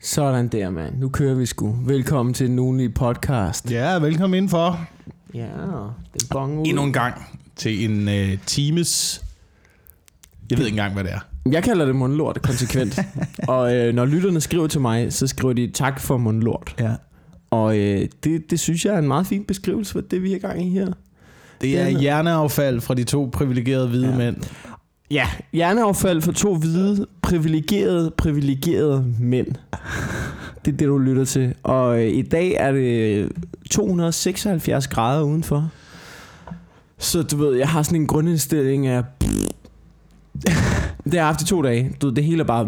Sådan der, mand. Nu kører vi sgu. Velkommen til den ugenlige podcast. Ja, velkommen indenfor. Ja, den bonge ud. Endnu en gang til en times... Jeg ved ikke engang, hvad det er. Jeg kalder det mundlort konsekvent. Og når lytterne skriver til mig, så skriver de tak for mundlort. Ja. Og det synes jeg er en meget fin beskrivelse for det, vi er i gang i her. Det er hjerneaffald fra de to privilegerede hvide mænd. Ja, hjerneaffald for to hvide, privilegerede mænd. Det er det, du lytter til. Og i dag er det 276 grader udenfor. Så du ved, jeg har sådan en grundindstilling af... Det har jeg haft i 2 dage. Du ved, det hele er bare...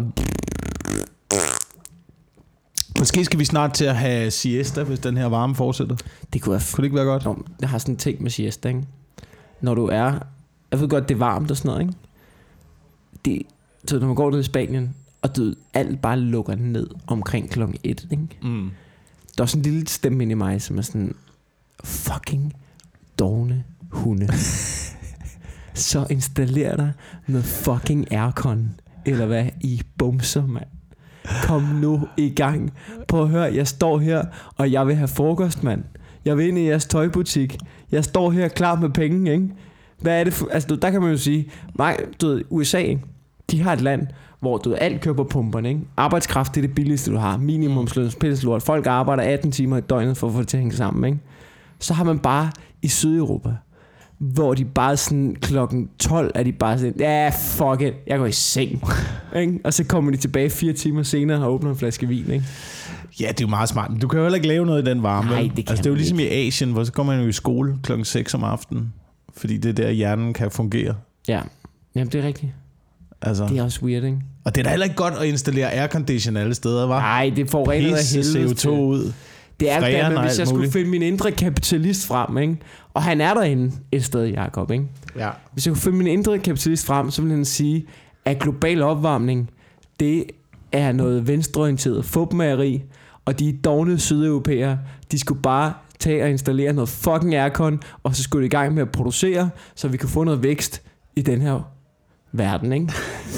Måske skal vi snart til at have siesta, hvis den her varme fortsætter. Det kunne det ikke være godt? Nå, jeg har sådan en ting med siesta, ikke? Når du er... Jeg ved godt, det er varmt og sådan noget, ikke? Så når man går ned i Spanien, og du, alt bare lukker ned omkring klokken 1, ikke? Mm. Der er sådan en lille stemme inde i mig, som er sådan... Fucking dovne hunde. Så installer dig noget fucking aircon. Eller hvad? I bumser, mand. Kom nu i gang. Prøv at høre, jeg står her, og jeg vil have frokost, mand. Jeg vil ind i jeres tøjbutik. Jeg står her klar med penge, ikke? Hvad er det for... Altså, der kan man jo sige... Du ved, USA, ikke? De har et land, hvor du ved, alt kører på pumperne, ikke? Arbejdskraft, det er det billigste, du har. Minimumsløn, pilslort. Folk arbejder 18 timer i døgnet for at få det til at hænge sammen, ikke? Så har man bare i Sydeuropa, hvor de bare sådan klokken 12 er de bare sådan, ja, fuck it, jeg går i seng. Ikke? Og så kommer de tilbage 4 timer senere og åbner en flaske vin, ikke? Ja, det er jo meget smart. Du kan jo heller ikke lave noget i den varme. Nej, det kan altså, det er jo ligesom ikke. i Asien, hvor så kommer man jo i skole klokken 6 om aftenen. Fordi det er der, hjernen kan fungere. Ja, jamen det er rigtigt. Altså. Det er også weird, ikke? Og det er da heller ikke godt at installere aircondition alle steder, hva'? Nej, det får rent af helvede CO2 ud. Det er Fræren det, og hvis alt jeg skulle muligt. finde min indre kapitalist frem, ikke? Og han er derinde et sted, Jacob, ikke? Ja. Hvis jeg kunne finde min indre kapitalist frem, så ville han sige, at global opvarmning, det er noget venstreorienteret fupmageri, og de dovne sydeuropæere, de skulle bare tage og installere noget fucking aircon, og så skulle de i gang med at producere, så vi kan få noget vækst i den her verden, ikke?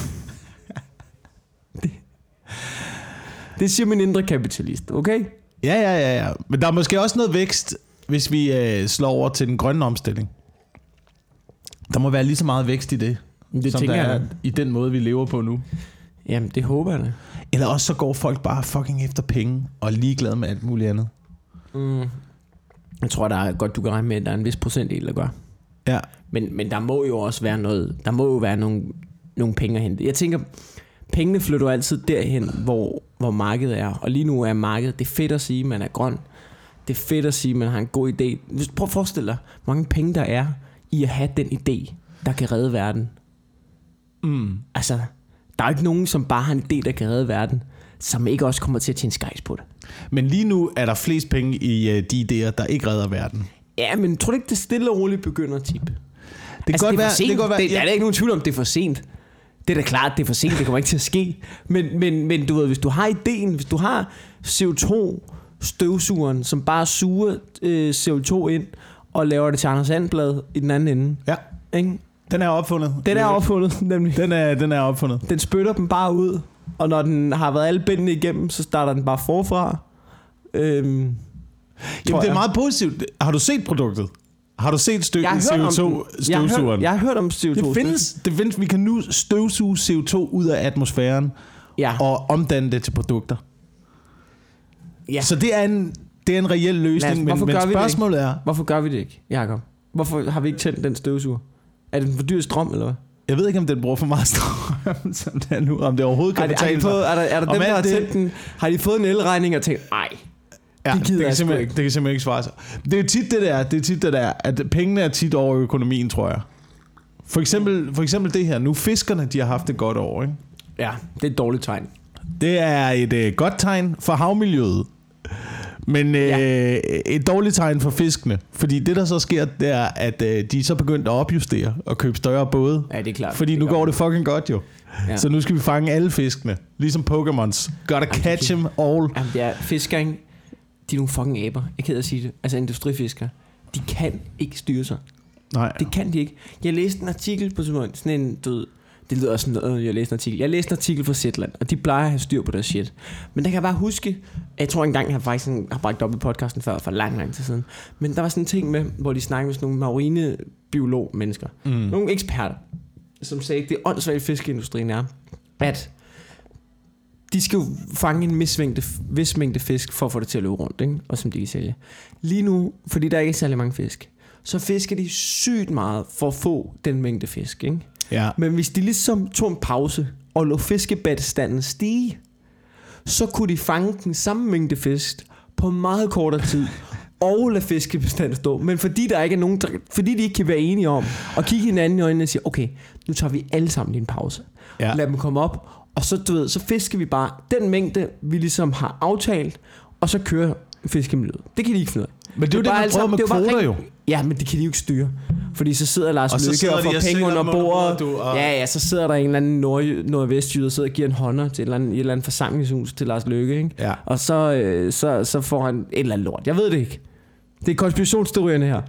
Det siger min indre kapitalist, okay? Ja. Men der er måske også noget vækst, hvis vi slår over til den grønne omstilling. Der må være lige så meget vækst i det, Det som der er i den måde, vi lever på nu. Jamen, det håber jeg da. Eller også så går folk bare fucking efter penge og er ligeglade med alt muligt andet. Jeg tror, der er godt, du kan regne med, at der er en vis procentdel, der gør. Ja. Men der må jo også være noget. Der må jo være nogle penge at hente. Jeg tænker, pengene flytter jo altid derhen, hvor markedet er. Og lige nu er markedet. Det er fedt at sige, at man er grøn. Det er fedt at sige, at man har en god idé. Prøv at forestille dig, hvor mange penge der er i at have den idé, der kan redde verden. Altså, der er ikke nogen, som bare har en idé, der kan redde verden, som ikke også kommer til at tjene skejs på det. Men lige nu er der flest penge i de idéer, der ikke redder verden. Ja, men tror du ikke, det stille og roligt begynder at tippe? Det kan godt være. Det er der ikke nogen tvivl om, det er for sent. Det er da klart, det er for sent, det kommer ikke til at ske. Men du ved, hvis du har ideen, hvis du har CO2-støvsugeren, som bare suger CO2 ind, og laver det til Anders Sandblad i den anden ende. Ja, ikke? Den er opfundet. Den er opfundet, nemlig. Den er opfundet. Den spytter dem bare ud, og når den har været alle bændene igennem, så starter den bare forfra. Jamen, det er meget positivt. Har du set produktet? Har du set CO2-støvsugeren? Jeg har hørt om CO2. Det findes. Vi kan nu støvsuge CO2 ud af atmosfæren, og omdanne det til produkter. Ja. Så det er en reel løsning, men spørgsmålet er... Hvorfor gør vi det ikke, Jacob? Hvorfor har vi ikke tændt den støvsuger? Er det for dyr strøm, eller hvad? Jeg ved ikke, om den bruger for meget strøm, som det er nu. Om det overhovedet kan betale sig. Er der dem, der har tændt den? Har de fået en elregning og tænkt, ej, ja, det kan simpelthen ikke svare sig. Det er jo tit det der, at pengene er tit over økonomien, tror jeg. For eksempel det her. Nu fiskerne, de har haft et godt år, ikke? Ja, det er et dårligt tegn. Det er et godt tegn for havmiljøet. Men et dårligt tegn for fiskene. Fordi det der så sker, det er at de er så begyndt at opjustere og købe større både. Ja, det er klart. Fordi nu går det fucking godt jo. Ja. Så nu skal vi fange alle fiskene. Ligesom Pokémons. Gotta catch them all. Jamen, det er fiskere, de er nogle fucking aber. Jeg er ked af at sige det. Altså industrifiskere. De kan ikke styre sig. Nej. Det kan de ikke. Jeg læste en artikel på sådan en Det lyder også sådan, jeg læste en artikel. Jeg læste en artikel fra Zetland, og de plejer at have styr på deres shit. Men der kan jeg bare huske, jeg tror engang, jeg faktisk har bragt op i podcasten før, for lang tid siden. Men der var sådan en ting med, hvor de snakkede med sådan nogle marinebiolog-mennesker. Nogle eksperter, som sagde, at det åndssvagt i fiskeindustrien er, at de skal jo fange en vis mængde fisk, for at få det til at løbe rundt, ikke? Og som de kan sælge. Lige nu, fordi der ikke er særlig mange fisk, så fisker de sygt meget for at få den mængde fisk, ikke? Ja. Men hvis de ligesom tog en pause og lå fiskebestanden stige, så kunne de fange den samme mængde fisk på meget kortere tid og lade fiskebestanden stå. Men fordi der ikke er nogen, fordi de ikke kan være enige om at kigge hinanden i øjnene og sige, okay, nu tager vi alle sammen lige en pause. Ja. Lad dem komme op, og så, du ved, så fisker vi bare den mængde, vi ligesom har aftalt, og så kører fiskemiljøet. Det kan de ikke finde ud af. Men det er jo det, man prøver med kvoter jo. Ja, men det kan de jo ikke styre. Fordi så sidder Lars Løkke og får penge under bordet. Ja, så sidder der en eller anden nordvestjyde og sidder og giver en hånder til et eller andet forsamlingshus til Lars Løkke, ikke? Ja. Og så får han et eller andet lort. Jeg ved det ikke. Det er konspirationsteorierne her.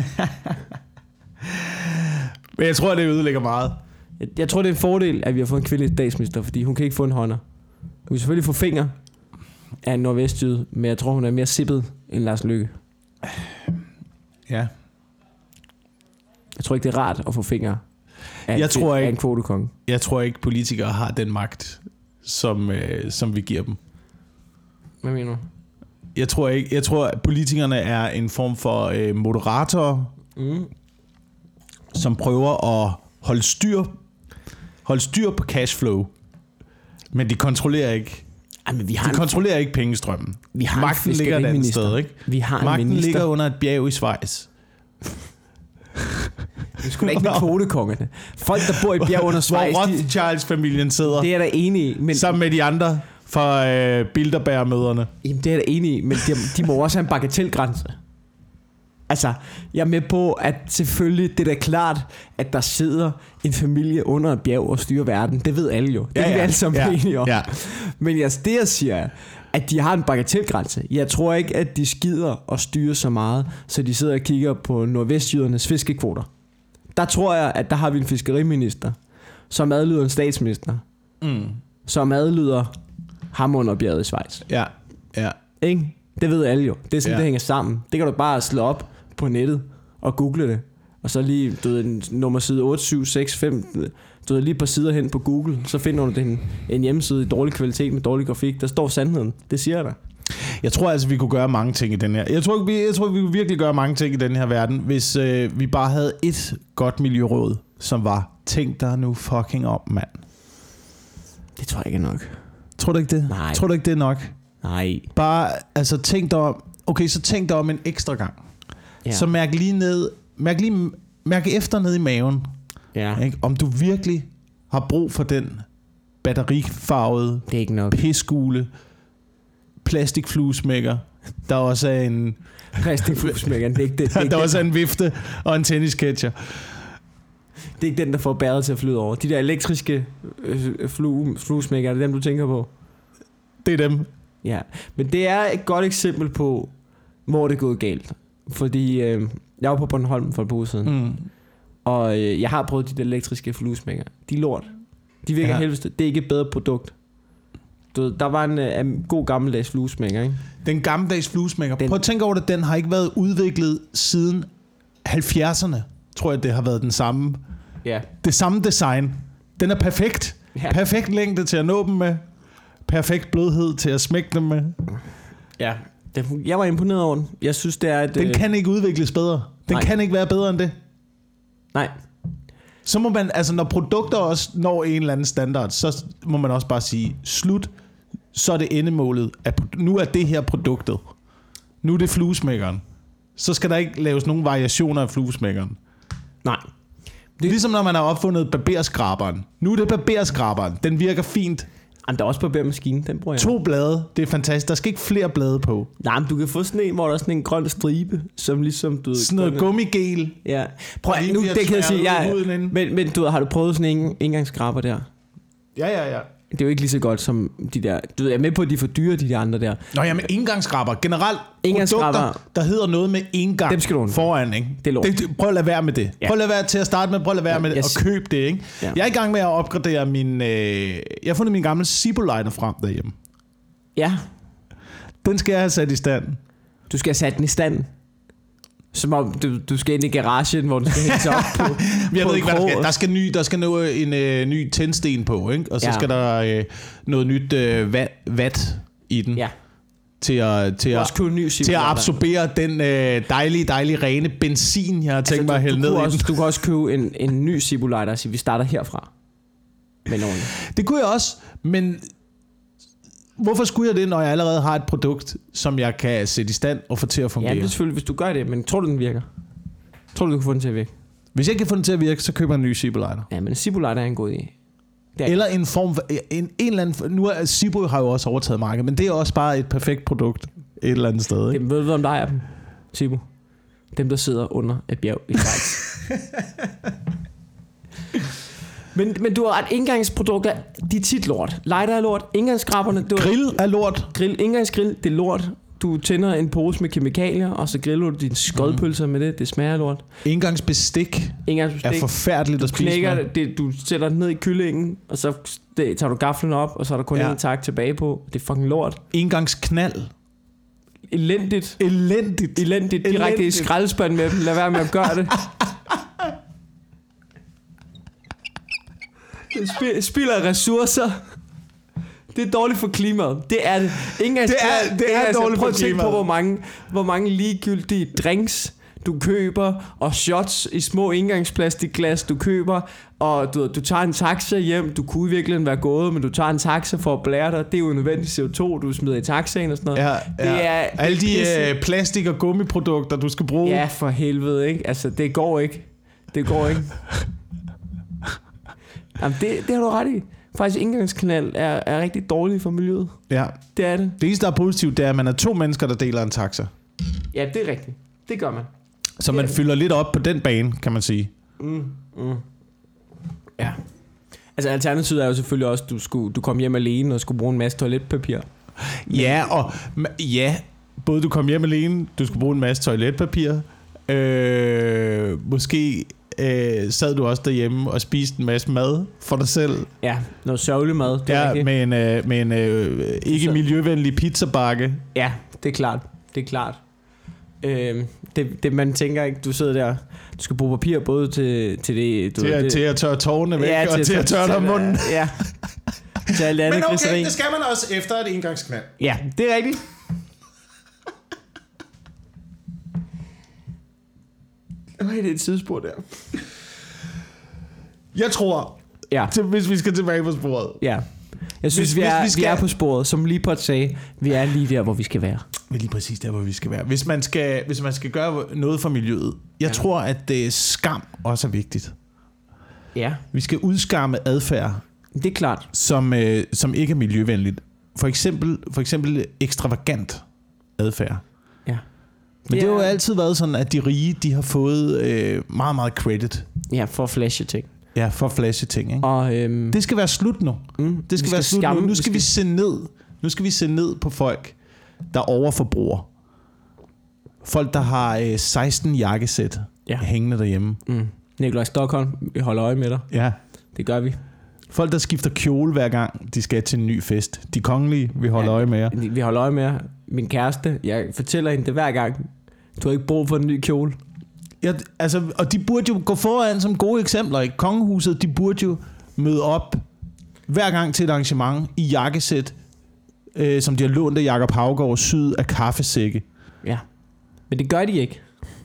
Men jeg tror, det ødelægger meget. Jeg tror, det er en fordel, at vi har fået en kvindelig statsminister, fordi hun kan ikke få en hånder. Hun kan selvfølgelig få fingre af en nordvestjyde, men jeg tror, hun er mere sippet end Lars Løkke. Ja. Jeg tror ikke, det er rart at få fingre af en kvotekonge. Jeg tror ikke, politikere har den magt, som vi giver dem. Hvad mener du? Jeg tror, at politikerne er en form for moderatorer, som prøver at holde styr på cashflow. Men de kontrollerer ikke. De kontrollerer ikke pengestrømmen. Magten ligger et andet sted, ikke? Magten ligger under et bjerg i Schweiz. Det skulle ikke med kvotekongerne. Folk, der bor i bjerg under Schweiz. Hvor Rothschild-familien sidder. Det er der enig i. Men sammen med de andre fra Bilderberg-møderne. Jamen, det er der enig i. Men de må også have en bagatelgrænse. Altså, jeg er med på, at selvfølgelig, det er da klart, at der sidder en familie under et bjerg og styrer verden. Det ved alle jo. Det kan vi alle sammen enige om. Ja. Men det jeg siger er, at de har en bagatelgrænse. Jeg tror ikke, at de skider og styrer så meget, så de sidder og kigger på nordvestjydernes fiskekvoter. Der tror jeg, at der har vi en fiskeriminister, som adlyder en statsminister, som adlyder ham under bjerget i Schweiz. Ja, ja. Ikke? Det ved alle jo. Det er sådan, det hænger sammen. Det kan du bare slå op på nettet og google det. Og så lige, nummer side 8765, lige et par sider hen på Google, så finder du en hjemmeside i dårlig kvalitet med dårlig grafik. Der står sandheden. Det siger jeg dig. Jeg tror altså, vi kunne gøre mange ting i den her. Jeg tror, vi kunne virkelig gøre mange ting i den her verden, hvis vi bare havde et godt miljøråd, som var, tænk dig nu fucking om, mand. Det tror jeg ikke er nok. Tror du ikke det? Nej. Tror du ikke, det er nok? Nej. Bare, altså tænk dig om, okay, så tænk dig om en ekstra gang. Ja. Så mærk lige ned, mærk efter ned i maven. Ja. Ikke? Om du virkelig har brug for den batterifarvede, det er ikke nok. Pisgule plastikfluesmækker. Der også er en plastikfluesmækker. Der også er en vifte og en tennisketcher. Det er ikke den, der får bæret til at flyde over. De der elektriske fluesmækker, er det dem, du tænker på? Det er dem. Ja, men det er et godt eksempel på, hvor det er gået galt. Fordi jeg var på Bornholm for et par uger siden, og jeg har prøvet de der elektriske fluesmækker. De er lort. De virker helvede. Det er ikke et bedre produkt. Der var en god gammeldags fluesmækker, ikke? Den gammeldags fluesmækker. Prøv at tænke over det. Den har ikke været udviklet siden 70'erne. Tror jeg, det har været den samme. Ja. Det samme design. Den er perfekt. Ja. Perfekt længde til at nå dem med. Perfekt blødhed til at smække dem med. Ja. Jeg var imponeret over den. Jeg synes, det er den kan ikke udvikles bedre. Den kan ikke være bedre end det. Nej. Så må man, altså når produkter også når en eller anden standard, så må man også bare sige, slut, så er det endemålet. Nu er det her produktet. Nu er det fluesmækkeren. Så skal der ikke laves nogen variationer af fluesmækkeren. Nej. Det er ligesom når man har opfundet barberskraberen. Nu er det barberskraberen. Den virker fint. Jamen, der er også barbermaskine, den bruger jeg. 2 blade, det er fantastisk. Der skal ikke flere blade på. Nej, men du kan få sådan en, hvor der er sådan en grøn stribe, som ligesom... Sådan noget gummigel. Ja. Prøv nu, det kan jeg sige, men du har du prøvet sådan en engangsskraber der? Ja. Det er jo ikke lige så godt som de der... Du ved, jeg er med på, at de er for dyre, de andre der. Nå ja, men engangskrabber. Generelt Engangskrabber, produkter, der hedder noget med engang dem skal du foran, ikke? Det er lort. Prøv at lade være med det. Ja. Prøv at lade være til at starte med. Prøv at lade være med det og køb det, ikke? Ja. Jeg er i gang med at opgradere min... Jeg har fundet min gamle Zippo-lighter frem derhjemme. Ja, Den skal jeg have sat i stand. du skal have sat den i stand. Som om du skal ind i garagen, hvor den skal hænges op på. Jeg på ved ikke, hvad en krog. der skal nå en ny tændsten på, ikke? Og så skal der noget nyt vat i den. Ja. Til at absorbere den dejlige rene benzin, jeg har tænkt mig at hælde ned i den. Du kan også købe en ny Zippo-lighter og sige, vi starter herfra. Men det kunne jeg også, men hvorfor skulle jeg det, når jeg allerede har et produkt, som jeg kan sætte i stand og få til at fungere? Ja, det er selvfølgelig, hvis du gør det, men tror du, den virker? Tror du kan få den til at virke? Hvis jeg kan få den til at virke, så køber jeg en ny Zippo-lighter. Ja, men en Zippo-lighter er en god idé. Eller en form for, en eller anden... Nu er Zippo har jo også overtaget markedet, men det er også bare et perfekt produkt et eller andet sted. Ikke? Ved du, om der er dem, Zippo? Dem, der sidder under et bjerg i Schweiz. men du har ret, engangsprodukter, de er tit lort. Lighter er lort, engangskrabberne... Grill er lort. Engangsgrill, det er lort. Du tænder en pose med kemikalier, og så griller du dine skodpølser med det. Det smager lort. Engangsbestik er forfærdeligt at spise med. Du sætter den ned i kyllingen, og så tager du gaflen op, og så er der kun en tak tilbage på. Det er fucking lort. Engangsknald. Elendigt. Elendigt. Direkte i skraldespanden med dem. Lad være med at gøre det. Det spilder ressourcer. Det er dårligt for klimaet. Det er det. Det er dårligt for klimaet. Prøv at tænke på, hvor mange ligegyldige drinks du køber, og shots i små engangsplastikglas du køber, og du tager en taxa hjem. Du kunne virkelig være gået, men du tager en taxa for at blære dig. Det er jo nødvendigt CO2, du smider i taxaen og sådan noget. Ja. Det er alle de plastik- og gummiprodukter, du skal bruge. Ja, for helvede, ikke? Altså, det går ikke. Jamen, det har du ret i. Faktisk engangsknald er rigtig dårligt for miljøet. Ja. Det er det. Det eneste, der er positivt, det er, at man er 2 mennesker, der deler en taxa. Ja, det er rigtigt. Det gør man. Så man fylder lidt op på den bane, kan man sige. Ja. Altså alternativet er jo selvfølgelig også, du kom hjem alene og skulle bruge en masse toiletpapir. Ja, både du kom hjem alene, du skulle bruge en masse toiletpapir. Måske sad du også derhjemme og spiste en masse mad for dig selv. Ja, noget sørgelig mad. Det er med en ikke miljøvenlig pizzabakke. Ja, det er klart. Det man tænker ikke, du sidder der, du skal bruge papir både til det... Til at tørre tårerne væk, og til at tørre dig munden. Ja. Til alt andet. Men okay, griseri. Det skal man også efter et engangsknald. Ja, det er rigtigt. Det er et sidespor der. Jeg tror, hvis vi skal tilbage på sporet. Ja. Jeg synes, vi er på sporet, som Lippert sagde. Vi er lige der, hvor vi skal være. Vi er lige præcis der, hvor vi skal være. Hvis man skal gøre noget for miljøet. Jeg tror, at skam også er vigtigt. Ja. Vi skal udskamme adfærd. Det er klart. Som ikke er miljøvenligt. For eksempel ekstravagant adfærd. Ja. Men det har jo altid været sådan, at de rige, de har fået meget, meget credit. Ja, for at flashe ting. Ja, for at flashe ting, ikke? Og, det skal være slut nu. Det skal være slut nu. Nu skal vi se ned. Nu skal vi se ned på folk, der overforbruger. Folk, der har 16 jakkesæt hængende derhjemme. Nikolaj Stockholm, vi holder øje med dig. Ja. Det gør vi. Folk, der skifter kjole hver gang, de skal til en ny fest. De kongelige, vi holder øje med jer. Vi holder øje med jer. Min kæreste, jeg fortæller hende det hver gang. Du har ikke brug for en ny kjole. Ja, altså, og de burde jo gå foran som gode eksempler. Ikke? Kongehuset, de burde jo møde op hver gang til et arrangement i jakkesæt, som de har lånt af Jakob Haugaard, syet af kaffesække. Ja, men det gør de ikke.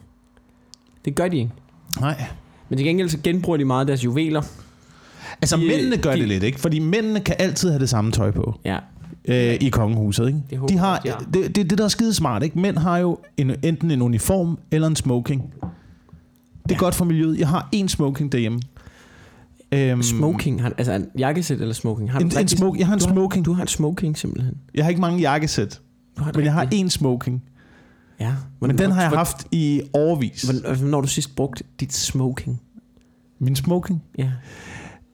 Nej. Men til gengæld så genbruger de meget deres juveler. Altså mændene gør det lidt, ikke? Fordi mændene kan altid have det samme tøj på. Ja. I kongehuset, ikke? Det der er skide smart, ikke? Mænd har jo enten en uniform eller en smoking. Det er godt for miljøet. Jeg har en smoking derhjemme. Smoking? Altså en jakkesæt eller smoking? Jeg har en smoking. Du har en smoking simpelthen. Jeg har ikke mange jakkesæt, men jeg har en smoking. Ja. Men den har jeg haft i årevis. Når du sidst brugt dit smoking? Min smoking? Ja.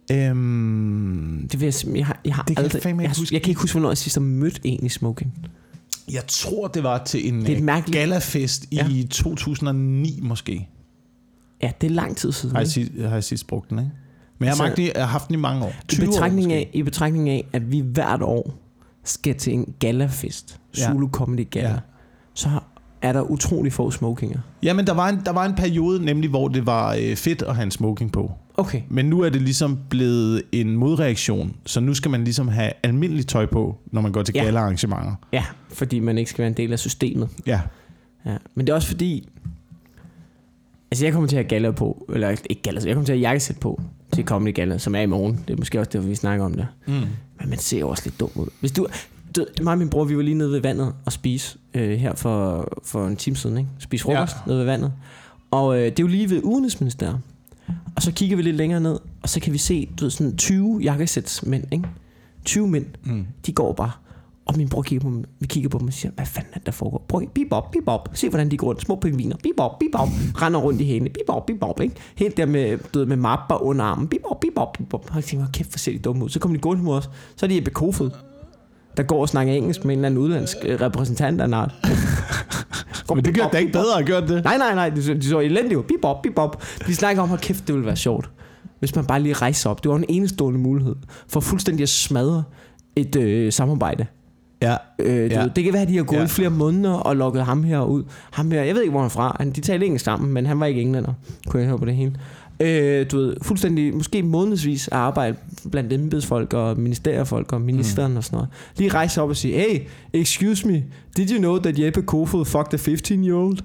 Det vil jeg har aldrig... Jeg kan ikke huske, hvornår jeg sidst har mødt en i smoking. Jeg tror, det var til en galafest i 2009 måske. Ja, det er lang tid siden. Har jeg sidst brugt den, ikke? Men jeg har haft den i mange år. I betragtning af, at vi hvert år skal til en galafest, Zulu Comedy Gala, så er der utrolig få smokinger. Jamen, der var en periode, nemlig hvor det var fedt at have en smoking på. Okay. Men nu er det ligesom blevet en modreaktion, så nu skal man ligesom have almindeligt tøj på, når man går til gala-arrangementer. Ja, fordi man ikke skal være en del af systemet. Ja. Men det er også fordi, altså jeg kommer til at have gala på, eller ikke gala, jeg kommer til at have jakkesæt på til Comedy Gala, som er i morgen. Det er måske også derfor, vi snakker om det. Men man ser jo også lidt dum ud. Hvis du, mig og min bror, vi var lige nede ved vandet og spise her for en time siden, ikke? Spise frokost nede ved vandet. Og det er jo lige ved Udenrigsministeriet. Og så kigger vi lidt længere ned, og så kan vi se sådan 20 jakkesætsmænd, ikke? 20 mænd, de går bare. Og min bror kigger på dem og siger, hvad fanden er det, der foregår? Prøv, bip-bop. Se, hvordan de går rundt. Små pingviner. Bip-bop. Render rundt i hælene. Bip-bop, ikke? Helt der med mapper under armen. Bip-bop. Og jeg tænker, kæft, hvor ser de dumme ud. Så kommer de gående mod os. Så er de Jeppe Kofod, der går og snakker engelsk med en eller anden udlandsk repræsentant af en art. Men det gør det ikke bedre at gøre det. Nej, de så elendige. Bip-bop. De snakker om, at kæft, det ville være sjovt, hvis man bare lige rejser op. Det var en enestående mulighed for fuldstændig at smadre et samarbejde. Ja. Det kan være, at de har gået flere måneder og lukket ham her ud. Ham her, jeg ved ikke, hvor han er fra. De talte engelsk sammen, men han var ikke englænder. Kunne jeg høre på det hele. Fuldstændig, måske månedsvis at arbejde blandt embedsfolk og ministeriefolk og ministeren og sådan noget. Lige rejse op og sige, hey, excuse me, did you know that Jeppe Kofod fucked a 15-year-old?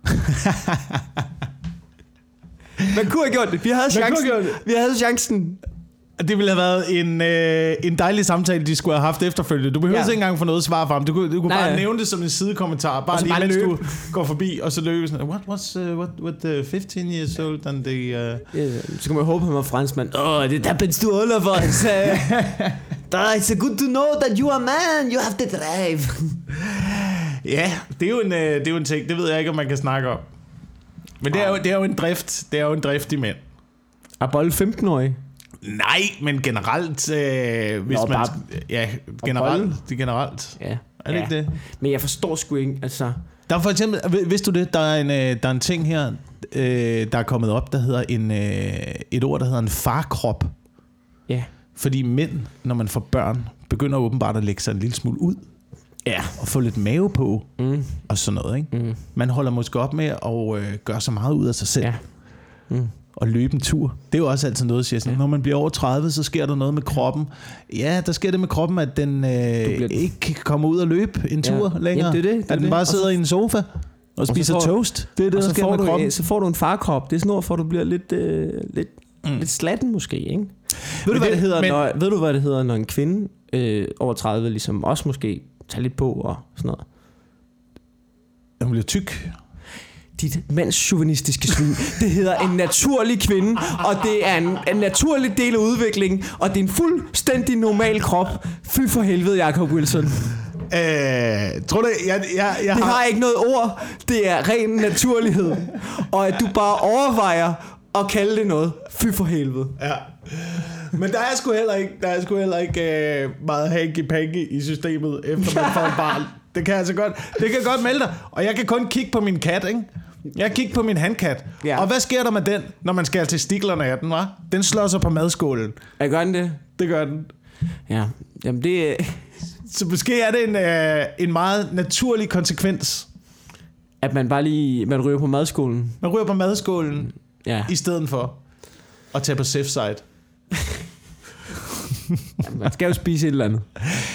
Man kunne have gjort det. Vi havde chancen. Det ville have været en dejlig samtale, de skulle have haft efterfølgende. Du behøver ikke engang få noget svar fra ham. Du kunne bare nævne det som en sidekommentar. Bare lige mens du går forbi, og så løber sådan, what the 15 years old and the... Så kan man håbe, han var franskmand. Det happens to all of us. It's good to know that you are man. You have to drive. Ja, det er jo en ting. Det ved jeg ikke, om man kan snakke om. Men det er jo en drift. Det er jo en drift i mænd. At bolle 15-årige? Nej, men generelt, hvis man... Bare generelt. Ja. Er det ikke det? Men jeg forstår sgu ikke, altså... Der er for eksempel, vidste du det, der er en ting her, der er kommet op, der hedder et ord, der hedder en farkrop. Ja. Fordi mænd, når man får børn, begynder åbenbart at lægge sig en lille smule ud. Ja. Og få lidt mave på, og sådan noget, ikke? Man holder måske op med at gøre så meget ud af sig selv. Ja. Og løbe en tur. Det er jo også altid noget, der siger sådan, når man bliver over 30, så sker der noget med kroppen. Ja, der sker det med kroppen, at den ikke kan komme ud og løbe en tur længere. Ja, det. At den bare sidder i en sofa og spiser toast. Det er det, der sker med kroppen. Så får du en farkrop. Det er sådan noget, for du bliver lidt slatten måske, ikke? Ved du, hvad det hedder, når en kvinde over 30 ligesom også måske tager lidt på og sådan noget? Hun bliver tyk. Dit mandschauvinistiske svin. Det hedder en naturlig kvinde, og det er en naturlig del af udviklingen, og det er en fuldstændig normal krop. Fy for helvede, Jacob Wilson. Tror du, jeg har ikke noget ord. Det er ren naturlighed. Og at du bare overvejer at kalde det noget. Fy for helvede. Ja. Men der er sgu heller ikke meget hanky-panky i systemet, efter man får en barn. Det kan godt melde dig. Og jeg kan kun kigge på min kat, ikke? Jeg kigger på min handkat. Ja. Og hvad sker der med den, når man skal til stiklerne af den, hva'? Den slår sig på madskålen. Gør den det? Det gør den. Ja. Jamen det... Så måske er det en meget naturlig konsekvens. At man bare lige... Man ryger på madskålen. Man ryger på madskålen, i stedet for at tage på safe side. Man skal jo spise et eller andet.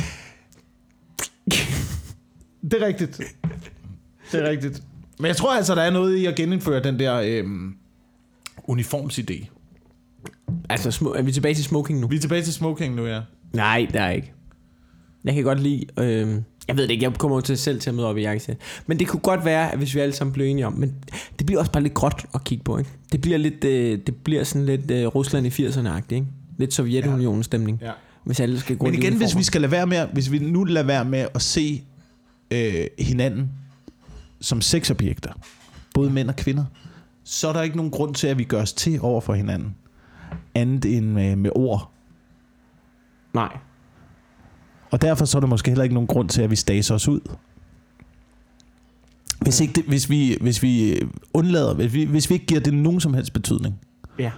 Det er rigtigt. Men jeg tror altså, der er noget i at genindføre den der uniformsidé. Altså, er vi tilbage til smoking nu? Vi er tilbage til smoking nu, ja. Nej, der er ikke. Jeg kan godt lide... jeg ved det ikke, jeg kommer jo selv til at møde op i jakkesæt. Men det kunne godt være, at hvis vi alle sammen blev enige om... Men det bliver også bare lidt gråt at kigge på, ikke? Det bliver sådan lidt Rusland i 80'erne-agtigt, ikke? Lidt Sovjetunionens stemning. Ja. Hvis alle skal gå. Men igen, hvis vi nu lader være med at se hinanden som sexobjekter, både mænd og kvinder, så er der ikke nogen grund til, at vi gør os til over for hinanden. andet end med ord. Nej. Og derfor så er der måske heller ikke nogen grund til, at vi staser os ud. Hvis vi undlader, hvis vi ikke giver det nogen som helst betydning. Ja.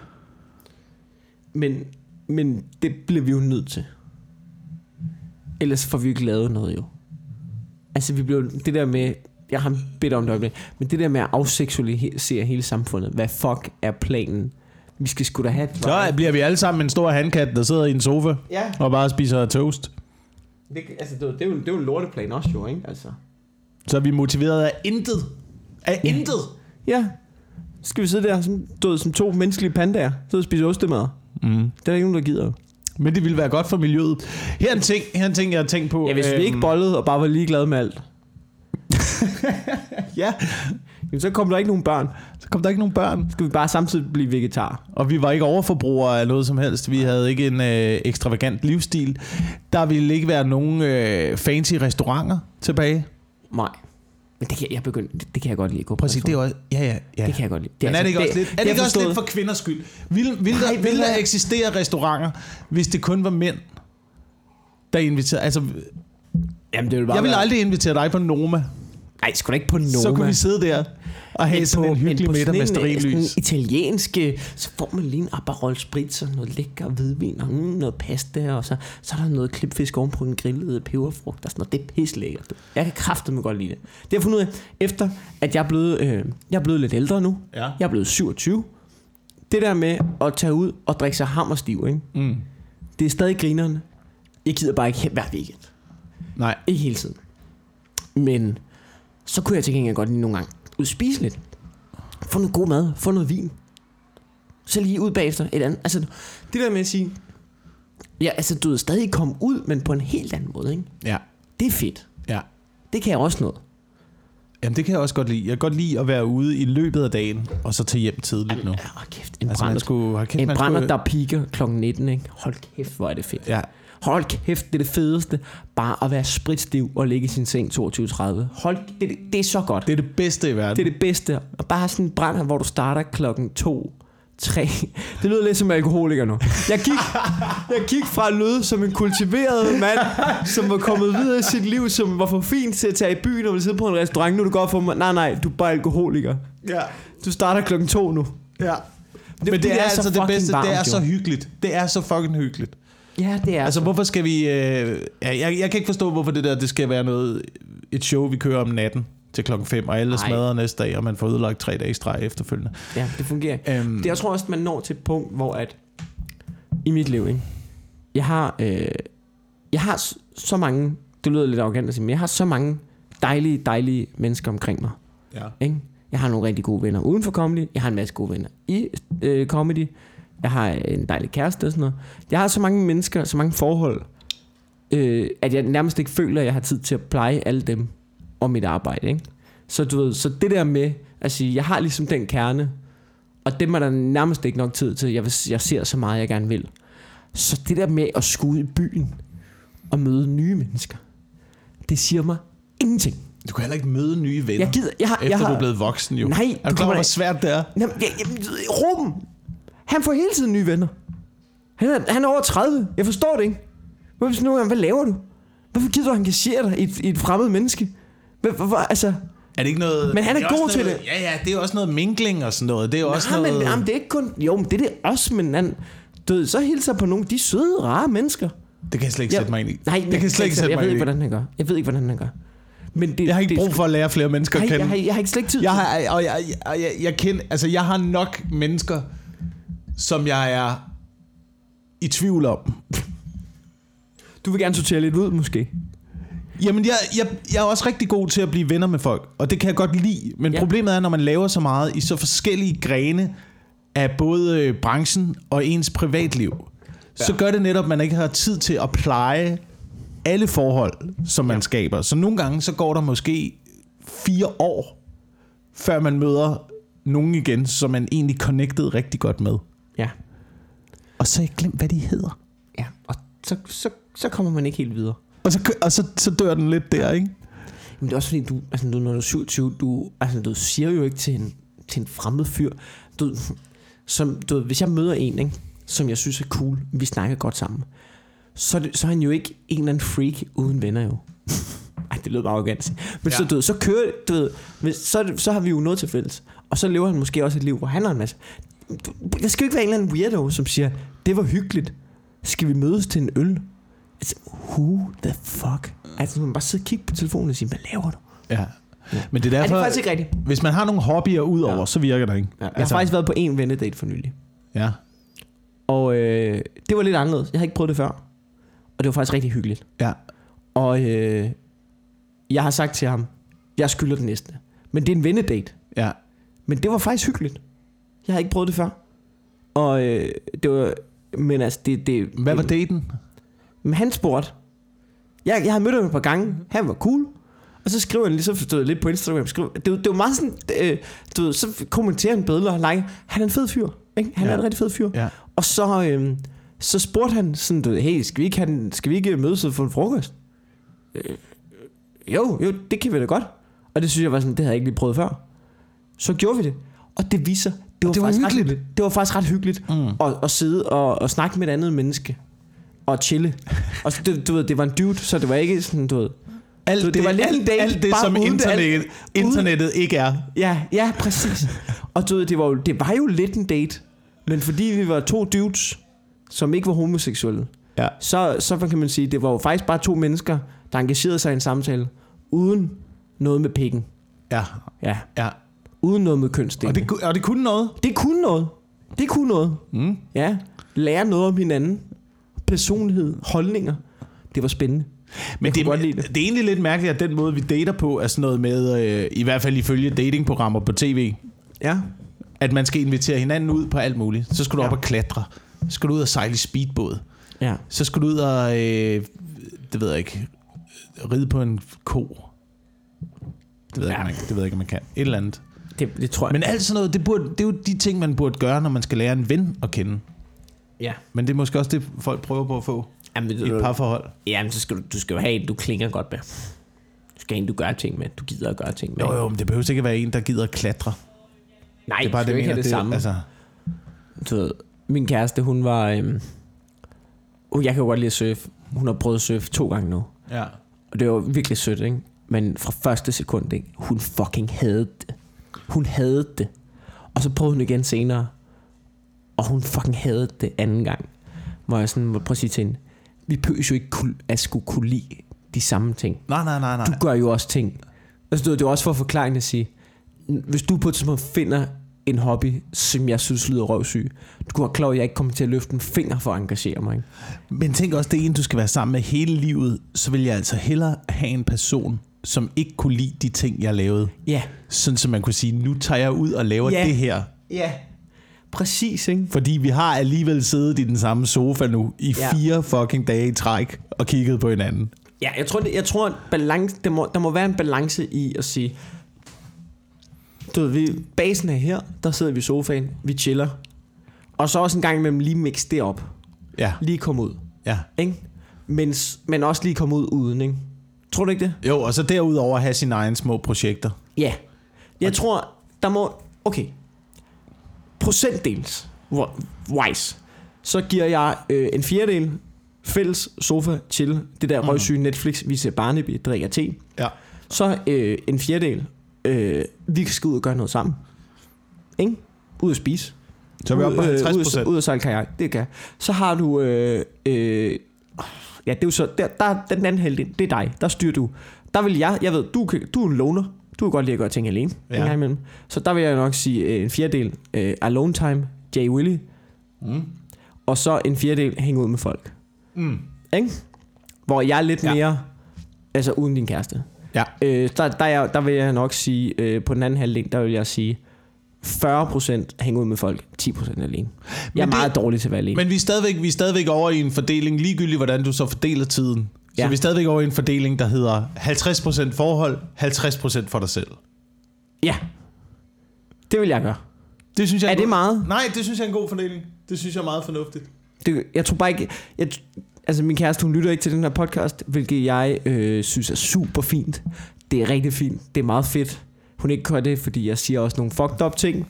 Men det bliver vi jo nødt til. Ellers får vi ikke lavet noget jo. Altså vi bliver det der med, jeg har bedt om det, men det der med at afseksualisere hele samfundet. Hvad fuck er planen? Vi skal sgu da have et så bliver vi alle sammen en stor handkat, der sidder i en sofa og bare spiser toast. Det er jo en lorteplan også jo, ikke? Altså. Så er vi motiveret af intet. Intet? Ja. Så skal vi sidde der som to menneskelige pandaer, sidde og spise ostemad. Det er der ikke nogen, der gider. Men det ville være godt for miljøet. Her er en ting, jeg har tænkt på. Ja, hvis vi ikke bollede og bare var ligeglade med alt. Ja. Jamen, så kom der ikke nogen børn. Så skal vi bare samtidig blive vegetar. Og vi var ikke overforbrugere af noget som helst. Vi havde ikke en ekstravagant livsstil. Der ville ikke være nogen fancy restauranter tilbage. Nej. Men det kan jeg godt lide at gå på. Præcis, det er også, ja. Det kan jeg godt lide. Men er det ikke også lidt, er det ikke også lidt for kvinders skyld? Vil der eksistere restauranter, hvis det kun var mænd, der inviterede? Altså, jamen, det vil bare jeg vil aldrig invitere dig på Noma. Nej, sgu da ikke på Noma. Så kunne vi sidde der og have sådan en hyggelig middag med stearinlys. Italienske, så får man lige en Aperol Spritz og noget lækker hvidvin og noget pasta, og så er der noget klipfisk oven på en grillet peberfrugt og sådan noget. Det er pisselækkert. Jeg kan kraftedeme godt lide det. Det har jeg fundet ud af, efter at jeg er blevet lidt ældre nu. Ja. Jeg er blevet 27. Det der med at tage ud og drikke sig hammerstiv, ikke? Det er stadig grinerne. Jeg gider bare ikke hver weekend. Nej. Ikke hele tiden. Men så kunne jeg til gengæld godt lige nogle gange ud spise lidt. Få noget god mad, få noget vin. Så lige ud bagefter et andet. Altså det der med at sige, ja, altså du ved stadig komme ud, men på en helt anden måde, ikke? Ja. Det er fedt. Ja. Det kan jeg også noget. Jamen det kan jeg også godt lide. Jeg kan godt lide at være ude i løbet af dagen og så tage hjem tidligt nu. Ja, kæft, en brænder der piker klokken 19, ikke? Hold kæft, hvor er det fedt. Ja. Hold kæft, det er det fedeste. Bare at være spritstiv og ligge i sin seng 22:30. Det er så godt. Det er det bedste i verden. Det er det bedste. Og bare sådan en brænder, hvor du starter klokken 2, 3. Det lyder lidt som alkoholiker nu. Jeg gik fra at lyde som en kultiveret mand, som var kommet videre i sit liv, som var for fint til at tage i byen og ville sidde på en restaurant. Nu er du godt for mig. Nej, du er bare alkoholiker. Ja. Du starter klokken 2 nu. Ja. Men det er altså det bedste. Varmt, det er så hyggeligt. Det er så fucking hyggeligt. Ja, det er. Altså hvorfor skal vi jeg kan ikke forstå hvorfor det skal være et show vi kører om natten til klokken 5 og alle smadrer næste dag og man får ødelagt 3 dage streg efterfølgende. Ja, det fungerer. Det jeg tror også man når til et punkt hvor at i mit liv, ikke? Jeg har så mange, det lyder lidt arrogant at sige, men jeg har så mange dejlige mennesker omkring mig. Ja. Ikke? Jeg har nogle rigtig gode venner uden for comedy. Jeg har en masse gode venner i comedy. Jeg har en dejlig kæreste og sådan noget. Jeg har så mange mennesker, så mange forhold, at jeg nærmest ikke føler, at jeg har tid til at pleje alle dem og mit arbejde, ikke? Så du ved, så det der med at sige, jeg har ligesom den kerne, og dem er der nærmest ikke nok tid til. Jeg ser så meget, jeg gerne vil. Så det der med at skulle ud i byen og møde nye mennesker, det siger mig ingenting. Du kan heller ikke møde nye venner, efter du er blevet voksen jo. Nej, er du klar over, hvor svært det er? Ruben, han får hele tiden nye venner. Han er over 30. Jeg forstår det ikke. Hvad laver du? Hvorfor gider du engagere dig i et fremmed menneske? Altså, er det ikke noget? Men han er god til noget, det. Ja, det er også noget mingling og sådan noget. Det er også noget. Men det er ikke kun. Jo, men det er også, men han død. Så hilser på nogle de søde, rare mennesker. Det kan jeg slet ikke sætte mig ind i. Nej, det kan jeg slet ikke sætte mig ind i. Jeg ved ikke, hvordan han gør. Men jeg har ikke brug for at lære flere mennesker at kende. Jeg har ikke slet ikke tid. Jeg har nok mennesker, som jeg er i tvivl om. Du vil gerne sortere lidt ud, måske? Jamen, jeg er også rigtig god til at blive venner med folk, og det kan jeg godt lide. Men problemet er, når man laver så meget i så forskellige grene af både branchen og ens privatliv, så gør det netop, at man ikke har tid til at pleje alle forhold, som man skaber. Så nogle gange, så går der måske 4 år, før man møder nogen igen, som man egentlig connected rigtig godt med. Ja. Og så har jeg glemt, hvad de hedder. Ja, og så kommer man ikke helt videre. Og så dør den lidt der, ikke? Men det er også fordi, når du er 27, du siger jo ikke til en fremmed fyr. Hvis jeg møder en, ikke? som jeg synes er cool, vi snakker godt sammen, så er han jo ikke en eller anden freak uden venner jo. Ej, det lød bare arrogant. Men så kører, så har vi jo noget til fælles. Og så lever han måske også et liv, hvor han har en masse. Der skal jo ikke være en eller anden weirdo, som siger, det var hyggeligt. Skal vi mødes til en øl? Altså, who the fuck? Altså, man bare sidde og kigge på telefonen og sige, hvad laver du? Ja. Men det er derfor, det faktisk ikke rigtigt. Hvis man har nogle hobbyer udover, så virker det ikke. Ja. Jeg har faktisk været på en vennedate for nylig. Ja. Og det var lidt anderledes. Jeg har ikke prøvet det før. Og det var faktisk rigtig hyggeligt. Ja. Og jeg har sagt til ham, jeg skylder den næste. Men det er en vennedate. Ja. Men det var faktisk hyggeligt. Jeg har ikke prøvet det før. Og det var... Men altså, hvad var daten? Men han spurgte. Jeg havde mødt ham et par gange. Han var cool. Og så skriver han lige, så lidt på Instagram. Det var meget sådan... så kommenterer han billeder. Like, han er en fed fyr. Ikke? Han er en rigtig fed fyr. Ja. Og så spurgte han sådan, hey, skal vi ikke mødes og få en frokost? Jo, det kan vi da godt. Og det synes jeg var sådan, det havde jeg ikke lige prøvet før. Så gjorde vi det. Og det viser, det var faktisk hyggeligt. Det var faktisk ret hyggeligt at sidde og snakke med et andet menneske og chille. Og du ved, det var en dude, så det var ikke sådan, du ved. Det var lidt en date, alt det som internettet ikke er. Ja, præcis. Og du ved, det var jo lidt en date, men fordi vi var to dudes, som ikke var homoseksuelle, så kan man sige, det var jo faktisk bare to mennesker, der engagerede sig i en samtale uden noget med pikken. Ja. Uden noget med kønsdelen. Og det kunne noget. Det kunne noget. Ja. Lære noget om hinanden. Personlighed, holdninger. Det var spændende. Men det er egentlig lidt mærkeligt, at den måde vi dater på er sådan noget med, i hvert fald ifølge datingprogrammer på tv. Ja. At man skal invitere hinanden ud på alt muligt. Så skal du op og klatre. Så skal du ud og sejle i speedbåd. Ja. Så skal du ud og, det ved jeg ikke, ride på en ko. Det ved jeg ikke, om man kan. Et eller andet. Det tror jeg. Men alt sådan noget, det er jo de ting, man burde gøre, når man skal lære en ven at kende. Ja. Men det er måske også det, folk prøver på at få i et parforhold. Jamen, så skal du skal jo have en, du klinger godt med. Du skal have en, du gør ting med. Du gider at gøre ting med. Jo, men det behøver ikke være en, der gider at klatre. Nej, det er bare det ikke have det samme. Altså. Du ved, min kæreste, hun var... jeg kan jo godt lide at surfe. Hun har prøvet at surfe 2 gange nu. Ja. Og det var virkelig sødt, ikke? Men fra første sekund, ikke? Hun fucking hadede det. Hun hadede det. Og så prøvede hun igen senere. Og hun fucking hadede det anden gang. Hvor jeg sådan må prøve at sige til hende, vi behøver jo ikke at skulle kunne lide de samme ting. Nej. Du gør jo også ting. Altså, det er også for at forklare at sige, hvis du på et tidspunkt finder en hobby, som jeg synes lyder røvsyg, du kunne være klar, at jeg ikke kommer til at løfte en finger for at engagere mig. Ikke? Men tænk også, det er en, du skal være sammen med hele livet, så vil jeg altså hellere have en person, som ikke kunne lide de ting, jeg lavede. Ja. Sådan, så man kunne sige, nu tager jeg ud og laver det her. Ja. Præcis, ikke? Fordi vi har alligevel siddet i den samme sofa nu i 4 fucking dage i træk og kigget på hinanden. Ja, jeg tror balance, der må være en balance i at sige, du ved, basen er her, der sidder vi i sofaen, vi chiller. Og så også en gang imellem lige mix det op. Ja. Lige komme ud. Ja. Ikke? Men også lige komme ud uden, ikke? Tror du ikke det? Jo, og så derudover have sine egne små projekter. Ja. Jeg tror, der må... Okay. Procentdels wise, så giver jeg en 1/4 fælles sofa, chill, det der røgsyge Netflix, vi ser Barnaby, drikker te. Ja. Så en 1/4, vi skal ud og gøre noget sammen. Ikke? Ud at spise. Så er vi oppe på 50%. Ud at sejle kajak, det kan. Så har du... ja, det er jo så... Der den anden halvdel, det er dig. Der styrer du. Der vil jeg ved, du er en loner. Du kan godt lide at gøre ting alene en gang imellem. Så der vil jeg nok sige en 1/4 alone time, Jay Willy. Og så en 1/4 hænge ud med folk. Ikke? Hvor jeg er lidt mere, altså uden din kæreste. Ja. Der vil jeg nok sige, på den anden halvdel, der vil jeg sige 40% hænge ud med folk, 10% alene. Jeg er meget dårlig til at være alene. Men vi er stadigvæk over i en fordeling, ligegyldigt hvordan du så fordeler tiden. Så vi er stadigvæk over i en fordeling, der hedder 50% forhold, 50% for dig selv. Ja. Det vil jeg gøre. Det synes jeg er det meget? Nej, det synes jeg er en god fordeling. Det synes jeg er meget fornuftigt. Jeg tror bare ikke... Altså min kæreste, hun lytter ikke til den her podcast, hvilket jeg synes er super fint. Det er rigtig fint. Det er meget fedt. Hun ikke gør det, fordi jeg siger også nogle fucked up ting.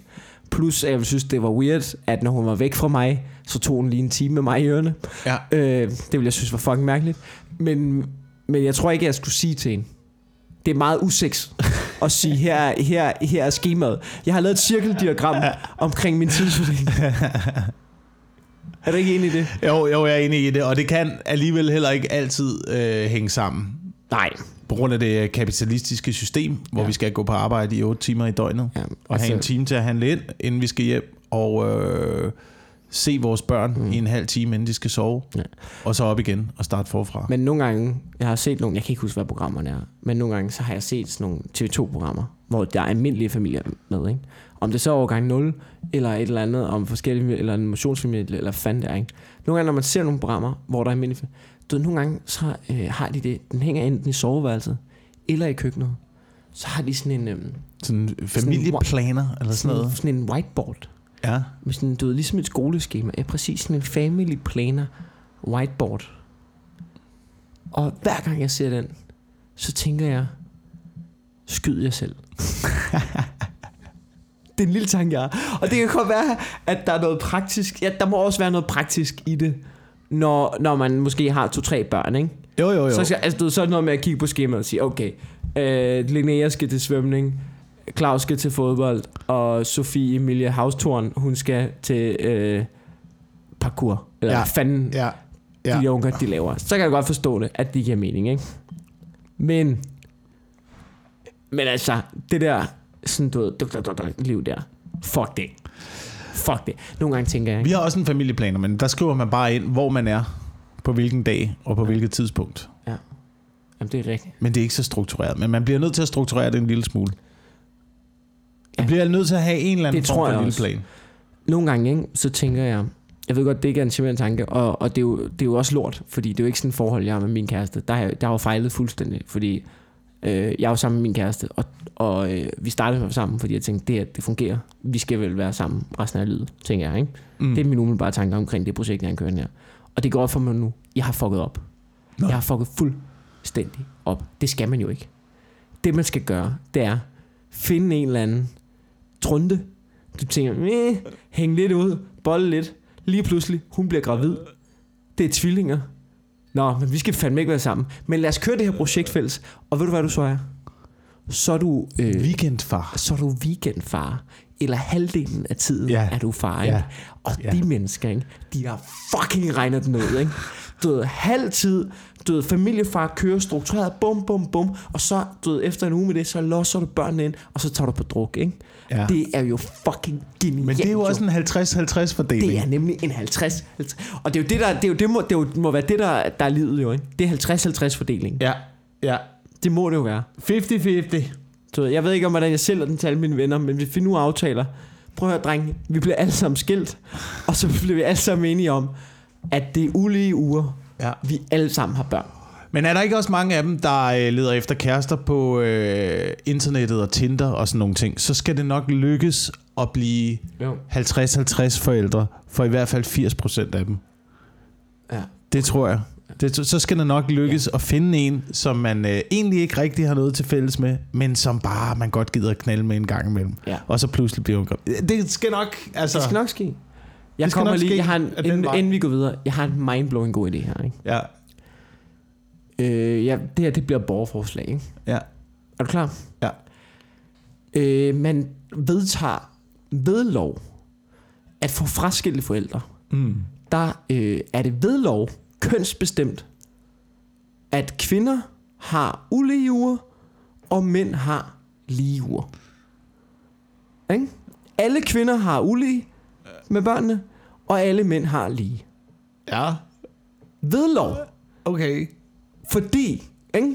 Plus, jeg synes, det var weird, at når hun var væk fra mig, så tog hun lige en time med mig i ørerne. Ja. Det ville jeg synes var fucking mærkeligt. Men jeg tror ikke, jeg skulle sige til hende. Det er meget usex at sige, her er skemaet. Jeg har lavet et cirkeldiagram omkring min tidsfordeling. Er du ikke enig i det? Jo, jeg er enig i det, og det kan alligevel heller ikke altid hænge sammen. Nej. På grund af det kapitalistiske system, hvor vi skal gå på arbejde i 8 timer i døgnet, og have en time til at handle ind, inden vi skal hjem, og se vores børn i en halv time, inden de skal sove, og så op igen og starte forfra. Men nogle gange, jeg har set nogle, jeg kan ikke huske, hvad programmerne er, men nogle gange, så har jeg set sådan nogle TV2-programmer, hvor der er almindelige familier med, ikke? Om det så er overgang 0, eller et eller andet, om forskellige, eller en motionsfamilie, eller fanden der, ikke? Nogle gange, når man ser nogle programmer, hvor der er almindelige familier, nogle gange, så har de det, den hænger enten i soveværelset, eller i køkkenet. Så har de sådan en... sådan en familieplaner, eller sådan noget. Sådan en whiteboard. Ja. Med sådan, du ved, ligesom et skoleskema. Ja, præcis sådan en family planner whiteboard. Og hver gang jeg ser den, så tænker jeg, skyd jer selv. Det er en lille tanke, jeg har. Og det kan godt være, at der er noget praktisk. Ja, der må også være noget praktisk i det, når man måske har 2-3 børn, ikke? Jo. Så er det noget med at kigge på skemaet og sige, okay, Linnea skal til svømning, Claus skal til fodbold, og Sofie Emilie Haustorn, hun skal til parkour. Eller hvad fanden de unge, de laver. Så kan jeg godt forstå det, at det giver mening, ikke? Men altså, det der sådan, du ved, liv der, fuck det. Nogle gange tænker jeg, vi har også en familieplaner, men der skriver man bare ind, hvor man er, på hvilken dag, og på hvilket tidspunkt. Ja, jamen det er rigtigt. Men det er ikke så struktureret. Men man bliver nødt til at strukturere det en lille smule. Man bliver nødt til at have en eller anden form for en lille plan. Nogle gange, ikke, så tænker jeg ved godt, det ikke er en charmerende tanke, og det er jo også lort, fordi det er jo ikke sådan et forhold, jeg har med min kæreste. Der har jo fejlet fuldstændig, fordi jeg er jo sammen med min kæreste, og vi startede sammen, fordi jeg tænkte, det fungerer. Vi skal vel være sammen resten af livet, tænker jeg, ikke? Det er min umiddelbare tanker omkring det projekt, jeg kører her. Og det går op for mig nu. Jeg har fucket op. Nå. Jeg har fucket fuldstændig op. Det skal man jo ikke. Det man skal gøre, det er finde en eller anden trunde. Du tænker, hæng lidt ud, bolle lidt. Lige pludselig, hun bliver gravid. Det er tvillinger. Nå, men vi skal fandme ikke være sammen. Men lad os køre det her projekt fælles. Og ved du hvad du så er? Så er du weekendfar. Så er du weekendfar. Eller halvdelen af tiden er du far, ikke? Og de mennesker, ikke? De har fucking regnet den ud, ikke? Du ved, halv tid, du ved, familiefar kører struktureret, bum, bum, bum, og så, du ved, efter en uge med det, så losser du børnene ind, og så tager du på druk, ikke? Ja. Det er jo fucking genialt. Men det er jo også en 50-50 fordeling. Det er nemlig en 50. Og det er jo det, der, må være det, der er livet jo, ikke? Det er 50-50 fordeling. Ja. Det må det jo være. 50-50. Så jeg ved ikke om, hvordan jeg sælger den til alle mine venner, men hvis vi nu aftaler, prøv at høre, drenge, vi bliver alle sammen skilt, og så bliver vi alle sammen enige om, at det er ulige uger, vi alle sammen har børn. Men er der ikke også mange af dem, der leder efter kærester på internettet og Tinder og sådan nogle ting, så skal det nok lykkes at blive 50-50 forældre, for i hvert fald 80% af dem. Ja. Det tror jeg. Så skal det nok lykkes at finde en, som man egentlig ikke rigtig har noget til fælles med, men som bare man godt gider at knalde med en gang imellem. Ja. Og så pludselig bliver hun gravid. Det skal nok, altså. Det skal nok ske. Jeg kommer lige, jeg har inden vi går videre, jeg har en mindblowing god idé her, ikke? Ja. Det her, det bliver borgerforslag, ikke? Ja. Er du klar? Ja. Man vedtager ved lov at få fraskilte forældre. Der er det ved lov kønsbestemt, at kvinder har ulige uger, og mænd har lige uger. Ikke? Alle kvinder har ulige med børnene, og alle mænd har lige. Ja. Ved lov. Okay. Fordi, ikke?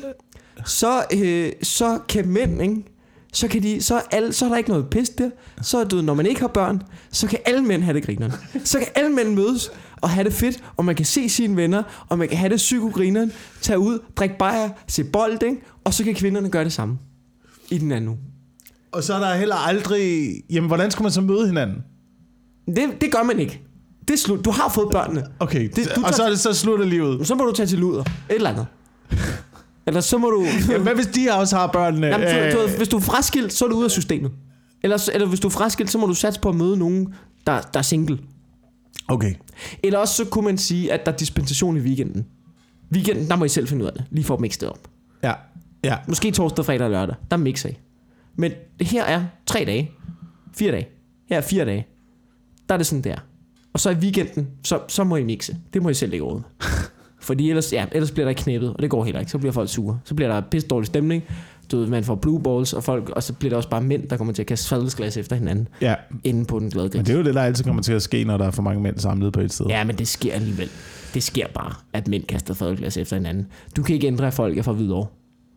Så kan mænd, ikke? Så er der ikke noget pis der. Så er det, når man ikke har børn, så kan alle mænd have det grineren. Så kan alle mænd mødes og have det fedt, og man kan se sine venner, og man kan have det psykogrineren, tage ud, drikke bajer, se bold, ikke? Og så kan kvinderne gøre det samme i den anden uge. Og så er der heller aldrig... Jamen, hvordan skal man så møde hinanden? Det gør man ikke. Det er slut. Du har fået børnene. Okay, så er det så slutter livet. Så må du tage til luder. Et eller andet. Eller så må du... Jamen, hvad hvis de også har børnene? Jamen, hvis du er fraskilt, så er du ude af systemet. Eller hvis du er fraskilt, så må du satse på at møde nogen, der er single. Okay. Eller også så kunne man sige, at der er dispensation i weekenden. Weekenden, der må I selv finde ud af det. Lige for at mixe det op. Ja. Ja. Måske torsdag, fredag og lørdag. Der mixer I. Men her er 3 dage. 4 dage. Her er 4 dage. Der er det sådan der. Og så i weekenden, så må I mixe. Det må I selv lægge råd. Fordi ellers bliver der ikke knæppet, og det går heller ikke. Så bliver folk sure. Så bliver der pisse dårlig stemning. Du ved, man får blue balls, og så bliver der også bare mænd, der kommer til at kaste fadelsglas efter hinanden. Ja. Inde på den glade gris. Men det er jo det, der altid kommer til at ske, når der er for mange mænd samlet på et sted. Ja, men det sker alligevel. Det sker bare, at mænd kaster fadelsglas efter hinanden. Du kan ikke ændre, at folk er fra Hvidovre.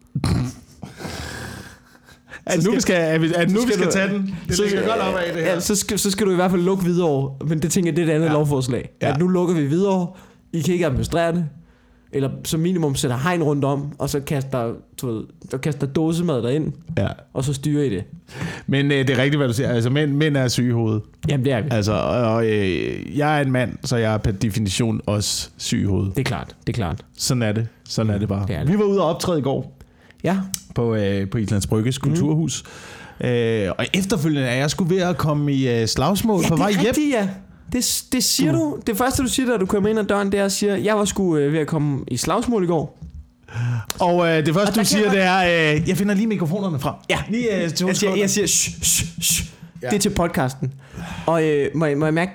Nu vi skal tage den. Det ligger godt op af det her. Ja, så skal du i hvert fald lukke Hvidovre. Men det tænker jeg, det er et andet lovforslag. Ja. At nu lukker vi Hvidovre. I kan ikke administrere det. Eller som minimum sætter hegn rundt om. Og så kaster dåsemad derind. Ja. Og så styrer I det. Men det er rigtigt, hvad du siger. Altså mænd er syge i hovedet. Jamen det er vi. Altså, jeg er en mand, så jeg er per definition også syg i hovedet. Det er klart. Sådan er det bare. Det er det. Vi var ude og optræde i går. Ja. På Islands Brygges Kulturhus. Og efterfølgende er jeg sgu ved at komme i slagsmål på vej hjem. Rigtigt, ja. Det siger du. Det første du siger, da du kommer ind ad døren, det er at sige, jeg var sgu ved at komme i slagsmål i går. Og det første du siger, det er jeg finder lige mikrofonerne frem. Ja. Jeg siger shh. Ja. Det er til podcasten. Og må jeg mærke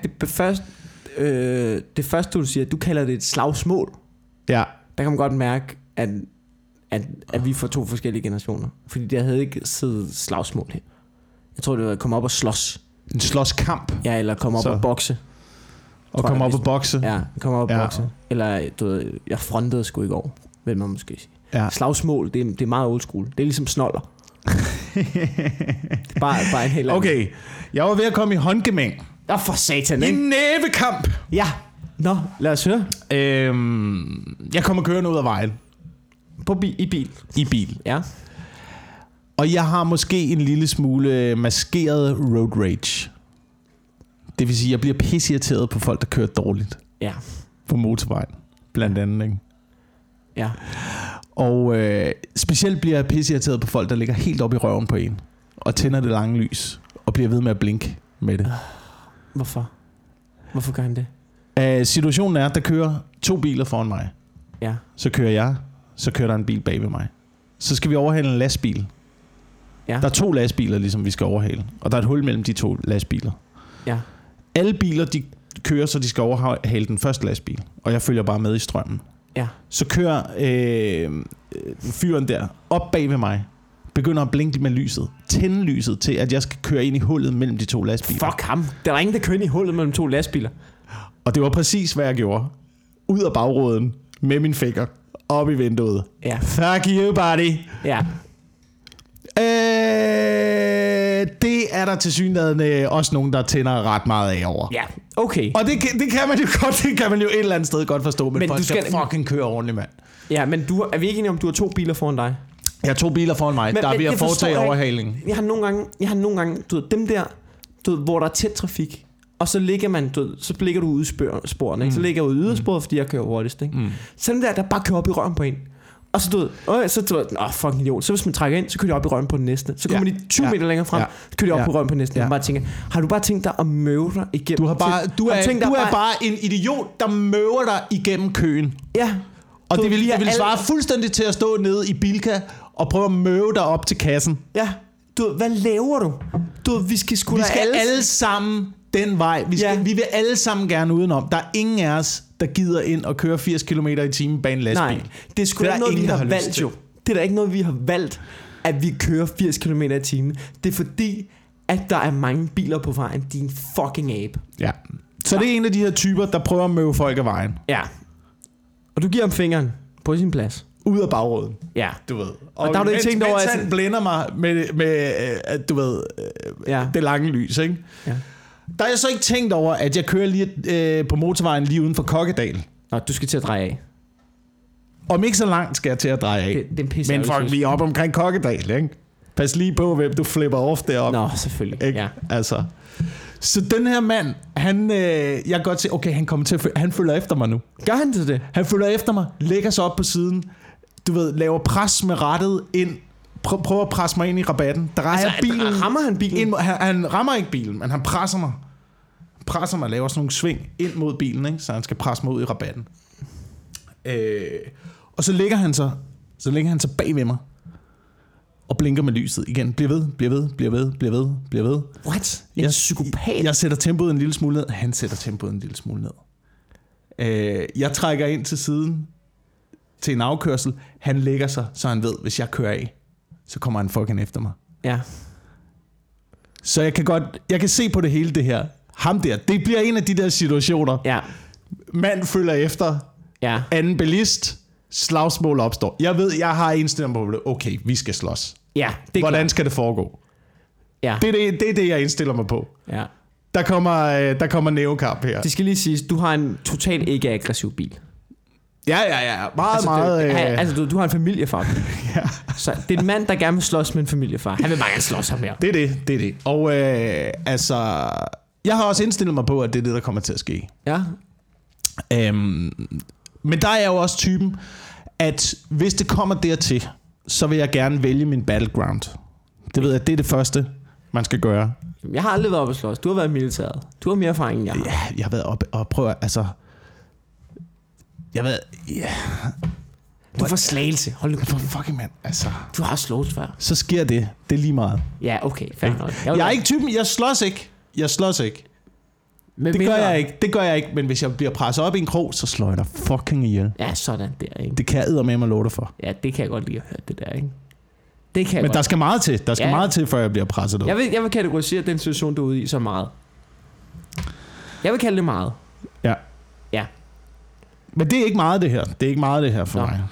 det første du siger, du kalder det et slagsmål. Ja. Der kan man godt mærke at vi får 2 forskellige generationer. Fordi der havde ikke siddet slagsmål her. Jeg tror det var at komme op og slås. En slåskamp. Ja, eller komme op og bokse. Og komme op og bokse. Ja, komme op og bokse. Eller du ved, jeg frontede sgu i går, vil man måske sige. Ja. Slagsmål, det er meget old school. Det er ligesom snoller. Det er bare en helt anden. Okay, jeg var ved at komme i håndgemæng. For satan, ikke? En nævekamp. Ja. Nå, lad os høre. Jeg kommer kørende ud af vejen. I bil. Ja. Og jeg har måske en lille smule maskeret road rage. Det vil sige, at jeg bliver pisseirriteret på folk, der kører dårligt. Ja. På motorvejen, blandt andet, ikke? Ja. Og specielt bliver jeg pisseirriteret på folk, der ligger helt op i røven på en. Og tænder det lange lys. Og bliver ved med at blinke med det. Hvorfor? Hvorfor gør han det? Situationen er, at der kører 2 biler foran mig. Ja. Så kører jeg. Så kører der en bil bag ved mig. Så skal vi overhale en lastbil. Ja. Der er 2 lastbiler, ligesom vi skal overhale. Og der er et hul mellem de 2 lastbiler. Ja. Alle biler, de kører, så de skal overhale den første lastbil. Og jeg følger bare med i strømmen. Ja. Så kører fyren der op bag ved mig. Begynder at blinke med lyset. Tænde lyset til, at jeg skal køre ind i hullet mellem de 2 lastbiler. Fuck ham. Der er ingen, der kører ind i hullet mellem 2 lastbiler. Og det var præcis, hvad jeg gjorde. Ud af bagruden med min finger. Op i vinduet. Ja. Fuck you, buddy. Ja. Det er der tilsyneladende også nogen, der tænder ret meget af over. Ja, okay. Og det kan man jo godt, det kan man jo et eller andet sted godt forstå, men folk skal fucking køre ordentligt, mand. Ja, men er vi ikke enige om, du har 2 biler foran dig? Jeg har 2 biler foran mig, der er ved at foretage overhaling. Jeg har nogle gange, du ved, dem der, du ved, hvor der er tæt trafik, og så ligger man, så ligger du ude i sporene, ikke? Så ligger jeg ude i ydersporet, fordi jeg kører hurtigst, ikke? Sådan der bare kører op i røven på en. Og så du ved, fucking idiot. Så hvis man trækker ind, så kører de op i røven på den næste. Så kommer de 20 meter længere frem, så kører de op på røven på den næste. Jeg bare tænker, har du bare tænkt dig at møve dig igennem? Du er bare en idiot, der møver dig igennem køen. Ja. Og det vil svare fuldstændig til at stå nede i Bilka og prøve at møve dig op til kassen. Ja. Du ved, hvad laver du? Du ved, vi skal alle sammen den vej. Vi vil alle sammen gerne udenom. Der er ingen af os, der gider ind og køre 80 km i timen bag en lastbil. Nej, det er sgu da ikke noget, vi har valgt jo. Det er da ikke noget, vi har valgt, at vi kører 80 km i timen. Det er fordi, at der er mange biler på vejen. Din fucking abe. Ja. Så det er en af de her typer, der prøver at møve folk af vejen. Ja. Og du giver ham fingeren på sin plads. Ud af bagruden. Ja. Du ved. Og der har du ikke tænkt over, at han blænder mig med du ved, det lange lys, ikke? Ja. Der er jeg så ikke tænkt over, at jeg kører lige på motorvejen lige uden for Kokkedal. Nå, du skal til at dreje af. Om ikke så langt skal jeg til at dreje af. Det men folk, vi er oppe omkring Kokkedal, ikke? Pas lige på, hvem du flipper off deroppe. Nå, selvfølgelig. Ikke? Ja. Altså. Så den her mand, jeg kan godt se, okay, han følger efter mig nu. Gør han det? Han følger efter mig, lægger sig op på siden, du ved, laver pres med rattet ind prøver at presse mig ind i rabatten. Drejer bilen. Rammer han bilen? Han rammer ikke bilen, men han presser mig. Og laver sådan nogle sving ind mod bilen, ikke? Så han skal presse mig ud i rabatten. Og så ligger han så bag ved mig. Og blinker med lyset igen. Bliver ved. What? En psykopat? Jeg sætter tempoet en lille smule ned. Han sætter tempoet en lille smule ned. Jeg trækker ind til siden til en afkørsel. Han lægger sig, så han ved, hvis jeg kører af, så kommer han fucking efter mig. Ja. Så jeg kan se på det hele det her. Ham der, det bliver en af de der situationer. Ja. Mand følger efter. Ja. Anden bilist. Slagsmål opstår. Jeg ved, jeg har indstillet mig på det. Okay, vi skal slås. Ja, det er hvordan klart. skal det foregå? Ja. Det er det, jeg indstiller mig på. Ja. Der kommer nævekamp her. Det skal lige siges, du har en totalt ikke aggressiv bil. Ja. Meget. Du har en familiefar. Ja. Så det er en mand, der gerne vil slås med en familiefar. Han vil bare gerne slås ham her. Det er det. Og jeg har også indstillet mig på, at det er det, der kommer til at ske. Ja. Men der er jeg jo også typen, at hvis det kommer dertil, så vil jeg gerne vælge min battleground. Det ved jeg, det er det første, man skal gøre. Jeg har aldrig været oppe at slås. Du har været i militæret. Du har mere erfaring end jeg har. Ja, jeg har været oppe og prøve, altså... Du får Slagelse. Hold nu. For fucking mand, altså... Du har slået før. Så sker det. Det er lige meget. Ja, okay. Fair nok. Jeg er ikke typen, jeg slås ikke. Men det gør jeg ikke. Men hvis jeg bliver presset op i en krog, så slår jeg dig fucking ihjel. Ja, sådan der, ikke? Det kan jeg eddermame mig love dig for. Ja, det kan jeg godt lide at høre, det der, ikke? Men der skal meget til. Der skal meget til, før jeg bliver presset op. Jeg vil kategorisere den situation, du er ude i, så meget. Jeg vil kalde det meget. Ja. Ja. Men det er ikke meget, det her. Det er ikke meget, det her for mig.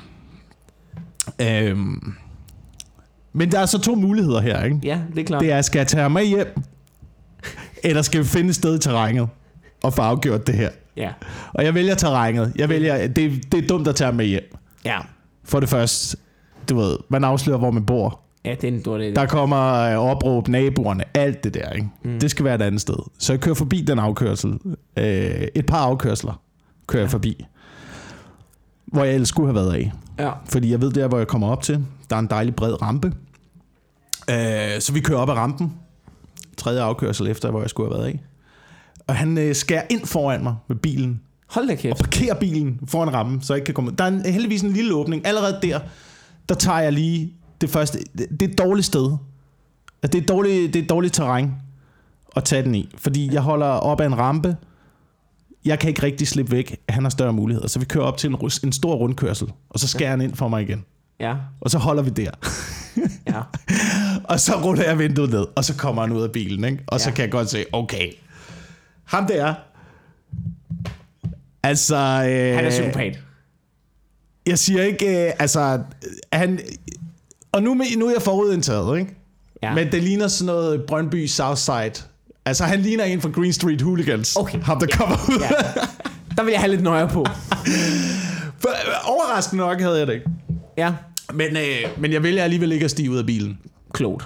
Men der er så 2 muligheder her, ikke? Ja, det er klart. Det er, skal jeg tage ham med hjem, eller skal vi finde et sted i terrænet og få afgjort det her? Ja. Og jeg vælger terrænet. Det er dumt at tage ham med hjem. Ja. For det første, du ved, man afslører, hvor man bor. Ja, det er en dårlig. Der kommer opråb, naboerne, alt det der, ikke? Det skal være et andet sted. Så jeg kører forbi den afkørsel. Et par afkørsler kører jeg forbi. Hvor jeg ellers skulle have været af. Ja. Fordi jeg ved der, hvor jeg kommer op til. Der er en dejlig bred rampe. Så vi kører op ad rampen. 3. afkørsel efter, hvor jeg skulle have været af. Og han skærer ind foran mig med bilen. Hold da kæft. Og parkerer bilen foran rampen, så jeg ikke kan komme ud. Der er heldigvis en lille åbning. Allerede der tager jeg lige det første. Det er et dårligt sted. Det er et dårligt terræn at tage den i. Fordi jeg holder op ad en rampe. Jeg kan ikke rigtig slippe væk. Han har større muligheder. Så vi kører op til en stor rundkørsel. Og så skærer han ind for mig igen. Ja. Og så holder vi der. Ja. Og så ruller jeg vinduet ned. Og så kommer han ud af bilen, ikke? Og så kan jeg godt se, okay, ham der. Altså... han er psykopat. Jeg siger ikke... han... Og nu er jeg forudindtaget, ikke? Ja. Men det ligner sådan noget Brøndby Southside. Altså, han ligner en fra Green Street Hooligans. Okay. Ham, der kommer ud. Ja. Der vil jeg have lidt nøje på. Overraskende nok havde jeg det ikke. Ja. Men jeg vælger alligevel ikke at stige ud af bilen. Klogt.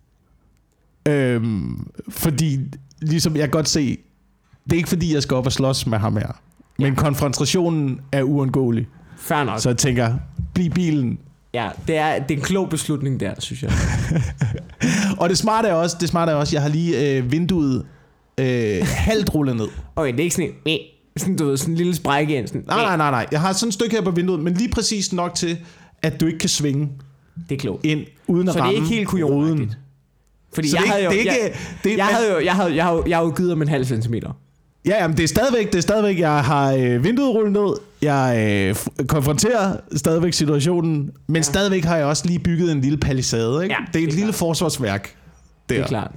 Fordi, ligesom jeg kan godt se, det er ikke fordi, jeg skal op og slås med ham her. Men konfrontationen er uundgåelig. Fair nok. Så jeg tænker, bliv bilen. Ja, det er en klog beslutning der, synes jeg. Og det smarte er også, jeg har lige vinduet halvt rullet ned. Okay, det er ikke sådan du ved, sådan en lille sprække ind. Sådan, nej. Jeg har sådan et stykke her på vinduet, men lige præcis nok til, at du ikke kan svinge. Det er klogt. Ind uden at ramme. Så det er ikke helt kujonagtigt. Fordi jeg har jo givet ham en halv centimeter. Ja, men det er stadigvæk, jeg har vinduet rullet ned, jeg konfronterer stadigvæk situationen, men stadigvæk har jeg også lige bygget en lille palisade, ikke? Ja, det er et lille forsvarsværk der. Det er klart.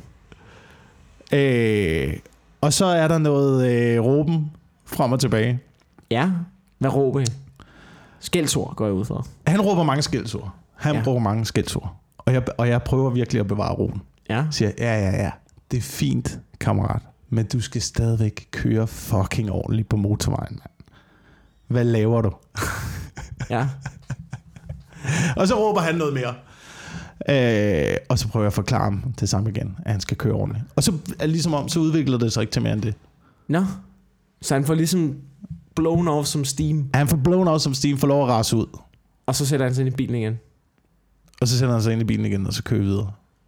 Og så er der noget råben frem og tilbage. Ja, hvad råber I? Skældsord går jeg ud for. Han råber mange skældsord. Og jeg prøver virkelig at bevare roen. Ja. Siger, ja, det er fint, kammerat. Men du skal stadigvæk køre fucking ordentligt på motorvejen, mand. Hvad laver du? Ja. Og så råber han noget mere. Og så prøver jeg at forklare ham det samme igen, at han skal køre ordentligt. Og så så udvikler det sig ikke til mere end det. Nå. Så han får ligesom blown off som steam. Han får blown off som steam, får lov at rase ud. Og så sætter han sig ind i bilen igen. Og så sætter han sig ind i bilen igen, og så kører vi videre.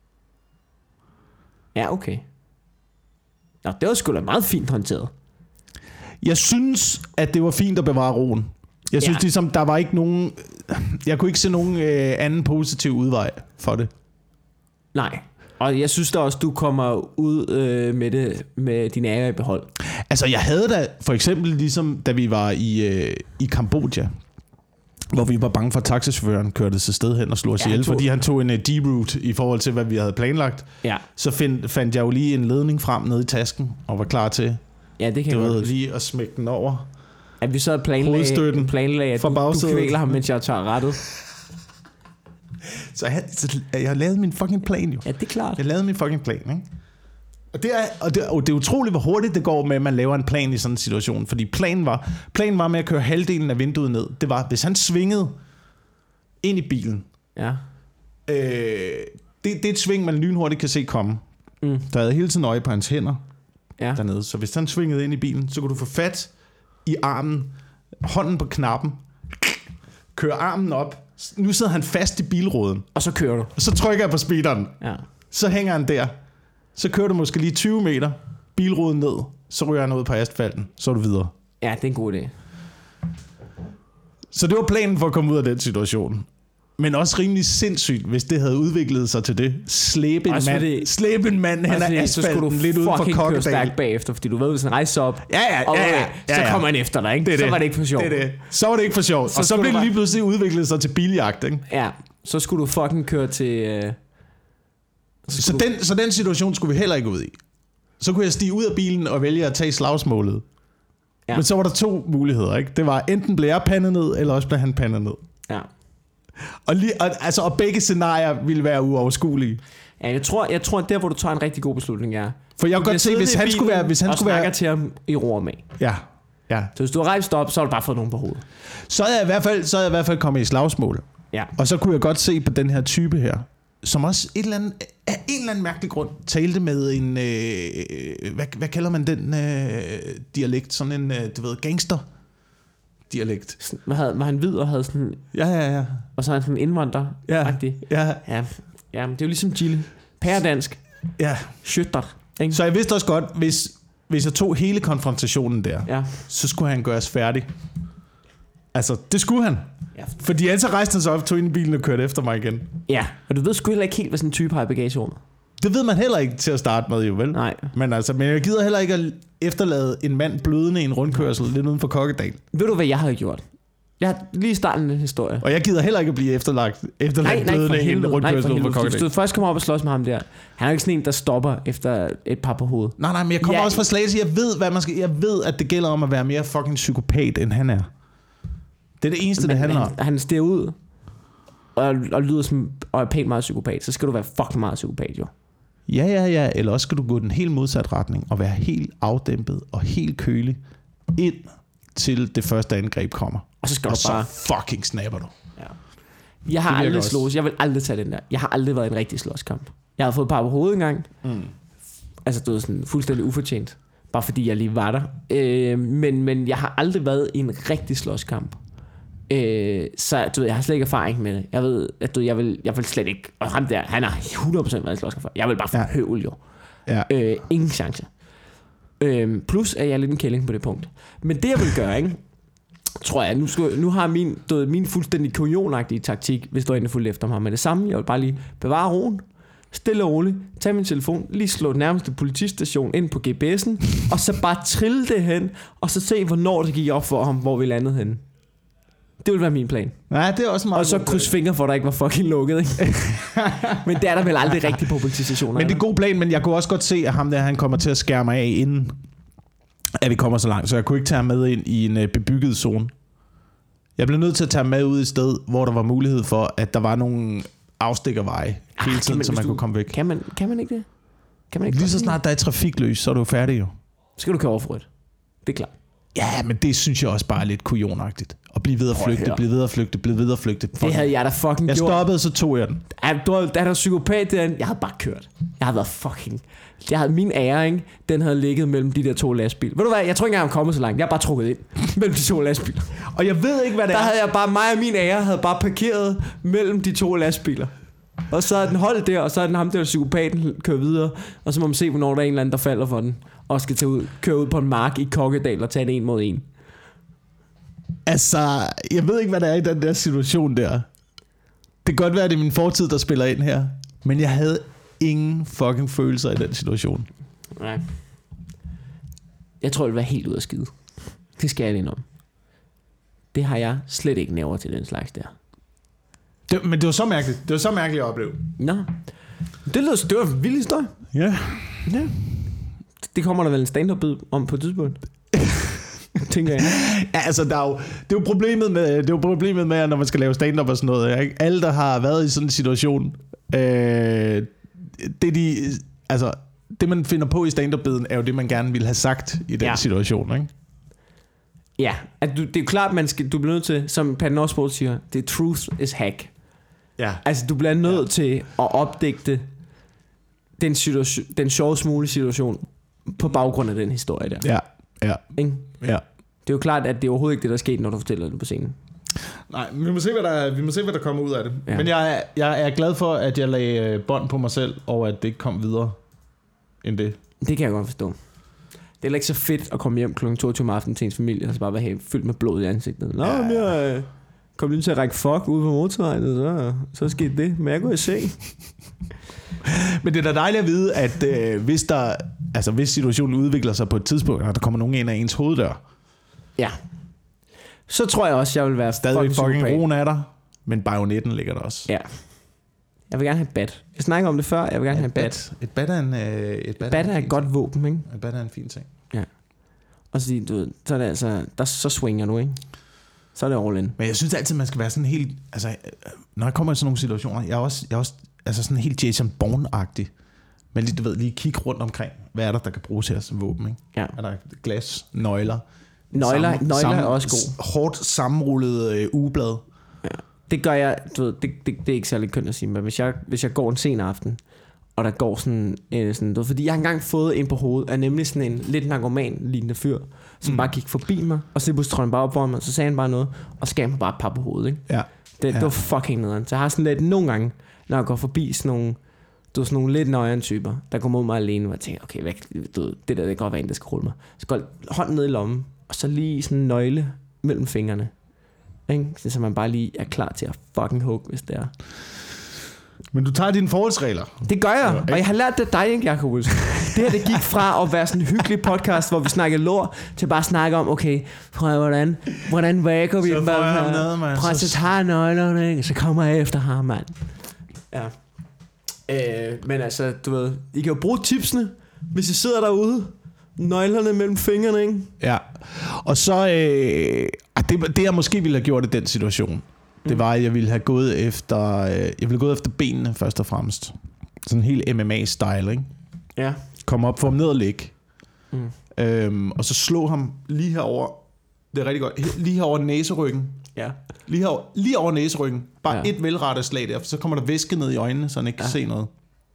Ja, okay. Nå, det var sgu da meget fint håndteret. Jeg synes, at det var fint at bevare roen. Jeg synes ligesom, der var ikke nogen... Jeg kunne ikke se nogen anden positiv udvej for det. Nej. Og jeg synes da også, du kommer ud med det med dine ære i behold. Altså, jeg havde da for eksempel ligesom, da vi var i Kambodja, hvor vi var bange for, at taxichaufføren kørte til sted hen og slog os ihjel, fordi han tog en deroute i forhold til, hvad vi havde planlagt. Ja. Så fandt jeg jo lige en ledning frem nede i tasken, og var klar til det kan lige at smække den over. At vi så planlagde at du kvæler ham, mens jeg tager rettet. Så jeg lavede min fucking plan jo. Ja, det er klart. Jeg lavede min fucking plan, ikke? Og det er utroligt, hvor hurtigt det går med, at man laver en plan i sådan en situation. Fordi planen var med at køre halvdelen af vinduet ned. Det var, hvis han svingede ind i bilen. Ja. Det er et sving, man lynhurtigt kan se komme. Der havde hele tiden øje på hans hænder dernede. Så hvis han svingede ind i bilen, så kunne du få fat i armen, hånden på knappen, køre armen op. Nu sidder han fast i bilruden. Og så kører du. Og så trykker jeg på speederen. Ja. Så hænger han der. Så kører du måske lige 20 meter, bilruden ned, så ryger han ud på asfalten, så er du videre. Ja, det er en god idé. Så det var planen for at komme ud af den situation. Men også rimelig sindssygt, hvis det havde udviklet sig til det. Slæbe en mand hen ad asfalten lidt uden for Kokkedal. Så skulle du fucking køre stærkt bagefter, fordi du ved, hvis han rejser op, så kommer han efter dig, ikke? Så var det ikke for sjovt. Så var det ikke for sjovt. Og så blev det lige pludselig udviklet sig til biljagt, ikke? Ja, så skulle du fucking køre til... Så den situation skulle vi heller ikke ud i. Så kunne jeg stige ud af bilen og vælge at tage slagsmålet. Ja. Men så var der 2 muligheder, ikke? Det var enten blev jeg pandet ned, eller også blev han pandet ned. Ja. Og begge scenarier ville være uoverskuelige. Ja, jeg tror der hvor du tager en rigtig god beslutning er. For jeg kan godt se, hvis han skulle være til ham i ro med. Ja. Ja. Så hvis du har rejst op, så har du bare fået nogen på hovedet. Så er jeg i hvert fald kommet i slagsmål. Ja. Og så kunne jeg godt se på den her type her, som også af en eller anden mærkelig grund talte med en hvad kalder man den dialekt, sådan en du ved, gangster dialekt. Var han hvid og havde sådan... Ja. Og så er han sådan en indvandrer. Ja. Ja, det er jo ligesom Gilles. Pæredansk. Ja. Schøtter. Så jeg vidste også godt, hvis jeg tog hele konfrontationen der, så skulle han gøres færdig. Altså, det skulle han. Ja. Fordi ellers rejste han sig op, tog ind i bilen og kørte efter mig igen. Ja, og du ved sgu heller ikke helt, hvad sådan en type har i bagagerummet. Det ved man heller ikke til at starte med, jo vel? Nej. Men jeg gider heller ikke at efterlade en mand blødende i en rundkørsel lidt uden for Kokkedal. Ved du, hvad jeg havde gjort? Jeg har lige startet en historie. Og jeg gider heller ikke at blive efterladt blødende i en rundkørsel uden for Kokkedal. Hvis du først kommer op og slås med ham der, han er jo ikke sådan en, der stopper efter et par på hovedet. Nej, men jeg kommer også fra Slagelse. Jeg ved, at det gælder om at være mere fucking psykopat, end han er. Det er det eneste, det handler om. Han stiger ud og lyder som og er pænt meget psykopat. Så skal du være fucking meget psykopat, jo. Ja. Eller også skal du gå den helt modsatte retning og være helt afdæmpet og helt kølig ind til det første angreb kommer. Og så skal du bare... fucking snapper du. Ja. Jeg har aldrig slås. Jeg vil aldrig tage den der. Jeg har aldrig været i en rigtig slåskamp. Jeg har fået et par på hovedet engang. Altså, det var sådan fuldstændig ufortjent. Bare fordi jeg lige var der. Men jeg har aldrig været i en rigtig slåskamp. Så du ved, jeg har slet ikke erfaring med det. Jeg ved, at jeg vil slet ikke. Og ham der, han har 100% været i slåskamp. Jeg vil bare få høvl, jo. Ja. Ingen chance. Plus er jeg lidt en kælling på det punkt. Men det jeg vil gøre, ikke, tror jeg, nu har min fuldstændig kujonagtige taktik, hvis du er inde fuldt efter mig med det samme. Jeg vil bare lige bevare roen, stille og roligt, tage min telefon, lige slå den nærmeste politistation ind på GPS'en, og så bare trille det hen, og så se, hvornår det gik op for ham, hvor vi landede henne. Det vil være min plan. Nej, det er også meget. Og så kryds fingre for, at der ikke var fucking lukket, ikke? Men det er der vel aldrig rigtigt på politistationer. Men det er god plan, men jeg kunne også godt se, at ham der, han kommer til at skære mig af, inden at vi kommer så langt. Så jeg kunne ikke tage ham med ind i en bebygget zone. Jeg blev nødt til at tage ham med ud i et sted, hvor der var mulighed for, at der var nogle afstikkerveje hele tiden, så man kunne komme væk. Kan man ikke det? Kan man ikke lige så snart der er trafikløs, så er du færdig jo. Så skal du køre over for rødt. Det er klart. Ja, men det synes jeg også bare er lidt kujonagtigt. At blive ved at flygte. Det havde jeg da fucking gjort. Jeg stoppede, så tog jeg den. Der er psykopat derinde. Jeg havde bare kørt. Jeg havde været fucking... min ære, ikke? Den havde ligget mellem de der 2 lastbiler. Ved du hvad? Jeg tror ikke engang, jeg var kommet så langt. Jeg har bare trukket ind mellem de 2 lastbiler. Og jeg ved ikke, hvad det der havde jeg bare... Mig og min ære havde bare parkeret mellem de 2 lastbiler. Og så er den holdt der, og så er den ham der psykopaten kører videre, og så må man se, hvornår der er en eller anden, der falder for den, og skal køre ud på en mark i Kokkedal og tage en mod en. Altså, jeg ved ikke, hvad der er i den der situation der. Det kan godt være, at det er min fortid, der spiller ind her, men jeg havde ingen fucking følelser i den situation. Nej. Jeg tror, det vil være helt ud af skide. Det skal jeg indrømme. Det har jeg slet ikke nævnt til den slags der. Men det var så mærkeligt. Det var så mærkeligt at opleve. Nå. Det var en vild historie. Ja. Ja. Det kommer der vel en stand-up-bid om på et tidspunkt. Tænker jeg. Ja, altså, det er jo problemet med, når man skal lave stand-up og sådan noget. Ikke? Alle, der har været i sådan en situation, det man finder på i stand-up-biden, er jo det, man gerne ville have sagt i den situation, ikke? Ja, at det er jo klart, du bliver nødt til, som Patton Oswalt siger, the truth is hack. Ja. Altså, du bliver nødt til at opdægte den sjovest mulige situation på baggrund af den historie der. Ja. Ikke? Ja. Det er jo klart, at det er overhovedet ikke det, der er sket, når du fortæller det på scenen. Nej, vi må se, hvad der kommer ud af det. Ja. Men jeg er glad for, at jeg lagde bånd på mig selv, og at det ikke kom videre end det. Det kan jeg godt forstå. Det er heller ikke så fedt at komme hjem kl. 22 om aftenen til ens familie, og så bare være fyldt med blod i ansigtet. Nå, men jeg kom lige til at række fuck ude på motorvejen, så skete det. Men jeg går i seng. Men det er da dejligt at vide, at hvis situationen udvikler sig på et tidspunkt, og der kommer nogen ind af ens hoveddør. Ja. Så tror jeg også, jeg vil være stadig fucking roen af dig, men bajonetten ligger der også. Ja. Jeg vil gerne have et bat. Jeg snakker om det før, jeg vil gerne have et bat. Et bat er et godt våben, ikke? Et bat er en fin ting. Ja. Og så, du ved, så er det altså, så swinger du, ikke? Så er det all in. Men jeg synes altid, man skal være sådan helt, altså, når jeg kommer i sådan nogle situationer, jeg er også altså sådan helt Jason Bourne-agtig. Men lige, du ved, lige kigge rundt omkring, hvad er der kan bruges her som våben, ikke? Ja. Er der glas, nøgler? Nøgler er også gode. Hårdt sammenrullet ugeblad. Ja. Det gør jeg, du ved, det er ikke særlig kønt at sige, men hvis jeg går en sen aften, og der går sådan du ved, fordi jeg har engang fået en på hovedet, er nemlig sådan en lidt narkoman-lignende fyr, som bare gik forbi mig, og så pludselig trøjede bare op for mig, så sagde han bare noget, og skæmte mig bare et par på hovedet, ikke? Ja. Det var fucking nederen. Så jeg har sådan lidt nogle gange, når jeg går forbi sådan nogle lidt nøjere typer, der kommer ud mig alene, og jeg tænker, okay, det der, det kan godt være en, der skal rulle mig. Så går hånden ned i lommen, og så lige sådan en nøgle mellem fingrene. Ikke? Så man bare lige er klar til at fucking hugge, hvis det er. Men du tager dine forholdsregler. Det gør jeg, og jeg har lært det af dig, ikke, Jacob Wilson. Det her, det gik fra at være sådan en hyggelig podcast, hvor vi snakker lort, til bare at snakke om, okay, prøv hvordan vækker vi dem? Prøv at tage nøglerne, ikke? Så kommer jeg efter ham, mand. Ja. Men altså, du ved, I kan jo bruge tipsene, hvis I sidder derude. Nøglerne mellem fingrene, ikke? Ja. Og så det jeg måske ville have gjort i den situation, det var, at jeg ville have gået efter benene først og fremmest. Sådan helt MMA-style, ikke? Ja. Kom op, få ham ned og ligge. Og så slå ham lige herover. Det er rigtig godt. Lige herover næseryggen. Ja. Lige over næseryggen. Bare et velrettet slag der, for så kommer der væske ned i øjnene, så han ikke kan se noget.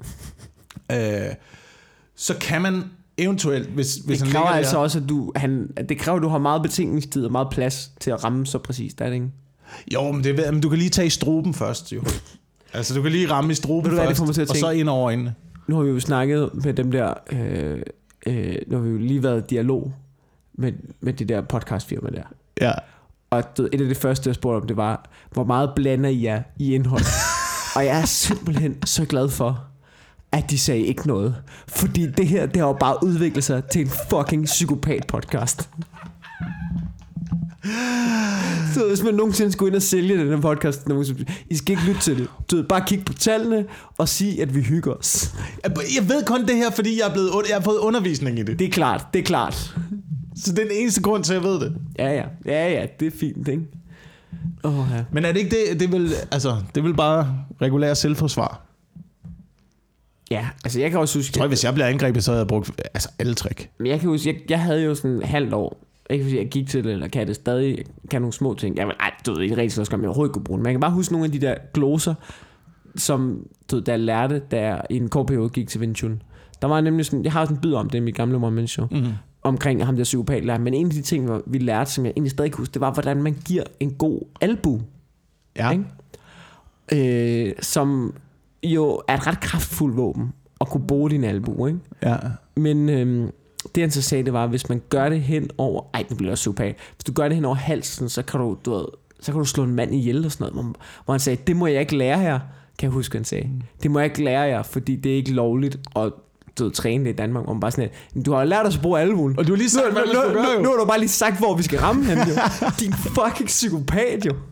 Så kan man eventuelt, hvis det kræver altså også, at det kræver, at du har meget betingningstid og meget plads til at ramme så præcist, er det ikke? Jo, men du kan lige tage i struben først, jo. Altså, du kan lige ramme i struben først, og så ind over øjnene. Nu har vi jo snakket med dem der, nu har vi jo lige været i dialog med det der podcastfirma der. Ja. Og et af det første, jeg spurgte om, det var, hvor meget blander I jer i indhold? Og jeg er simpelthen så glad for, at de sagde ikke noget. Fordi det her, det har jo bare udviklet sig til en fucking psykopat-podcast. Så hvis man nogensinde skulle ind og sælge den her podcast, I skal ikke lytte til det. Du ved, bare kigge på tallene og sige, at vi hygger os. Jeg ved kun det her, fordi jeg har fået undervisning i det. Det er klart. Så det er den eneste grund til, at jeg ved det. Ja, det er fint, ikke? Ja. Men er det ikke det? Det er vel bare regulær selvforsvar. Ja, altså jeg kan også huske... Jeg tror, hvis jeg bliver angrebet, så havde jeg brugt alle trick. Men jeg kan huske, jeg havde jo sådan et halvt år, ikke fordi jeg gik til det, eller kan det stadig, kan nogle små ting. Du ved, ikke rigtig så skal man overhovedet kunne bruge det. Men jeg kan bare huske nogle af de der gloser, som du ved, der jeg lærte, da jeg i en kort periode gik til Wing Chun. Der var nemlig sådan, jeg har sådan en bid om det i mit gamle one-man show, omkring ham der psykopatlærer. Men en af de ting, vi lærte, som jeg egentlig stadig husker, det var, hvordan man giver en god albu. Ja. Ikke? Som jo er et ret kraftfuldt våben at kunne bruge din albue, ikke? Ja. Men det han så sagde, det var, hvis man gør det hen over... Ej, det bliver også super. Hvis du gør det hen over halsen, så kan du slå en mand ihjel og sådan noget. Hvor han sagde, det må jeg ikke lære jer. Kan jeg huske, han sagde. Det må jeg ikke lære jer, fordi det er ikke lovligt at træne det i Danmark. Hvor man bare sådan, du har lært os at bruge albuen. Og du har lige sagt, hvad du skal gøre, jo. Nu har du bare lige sagt, hvor vi skal ramme hen, jo. Din fucking psykopat, jo.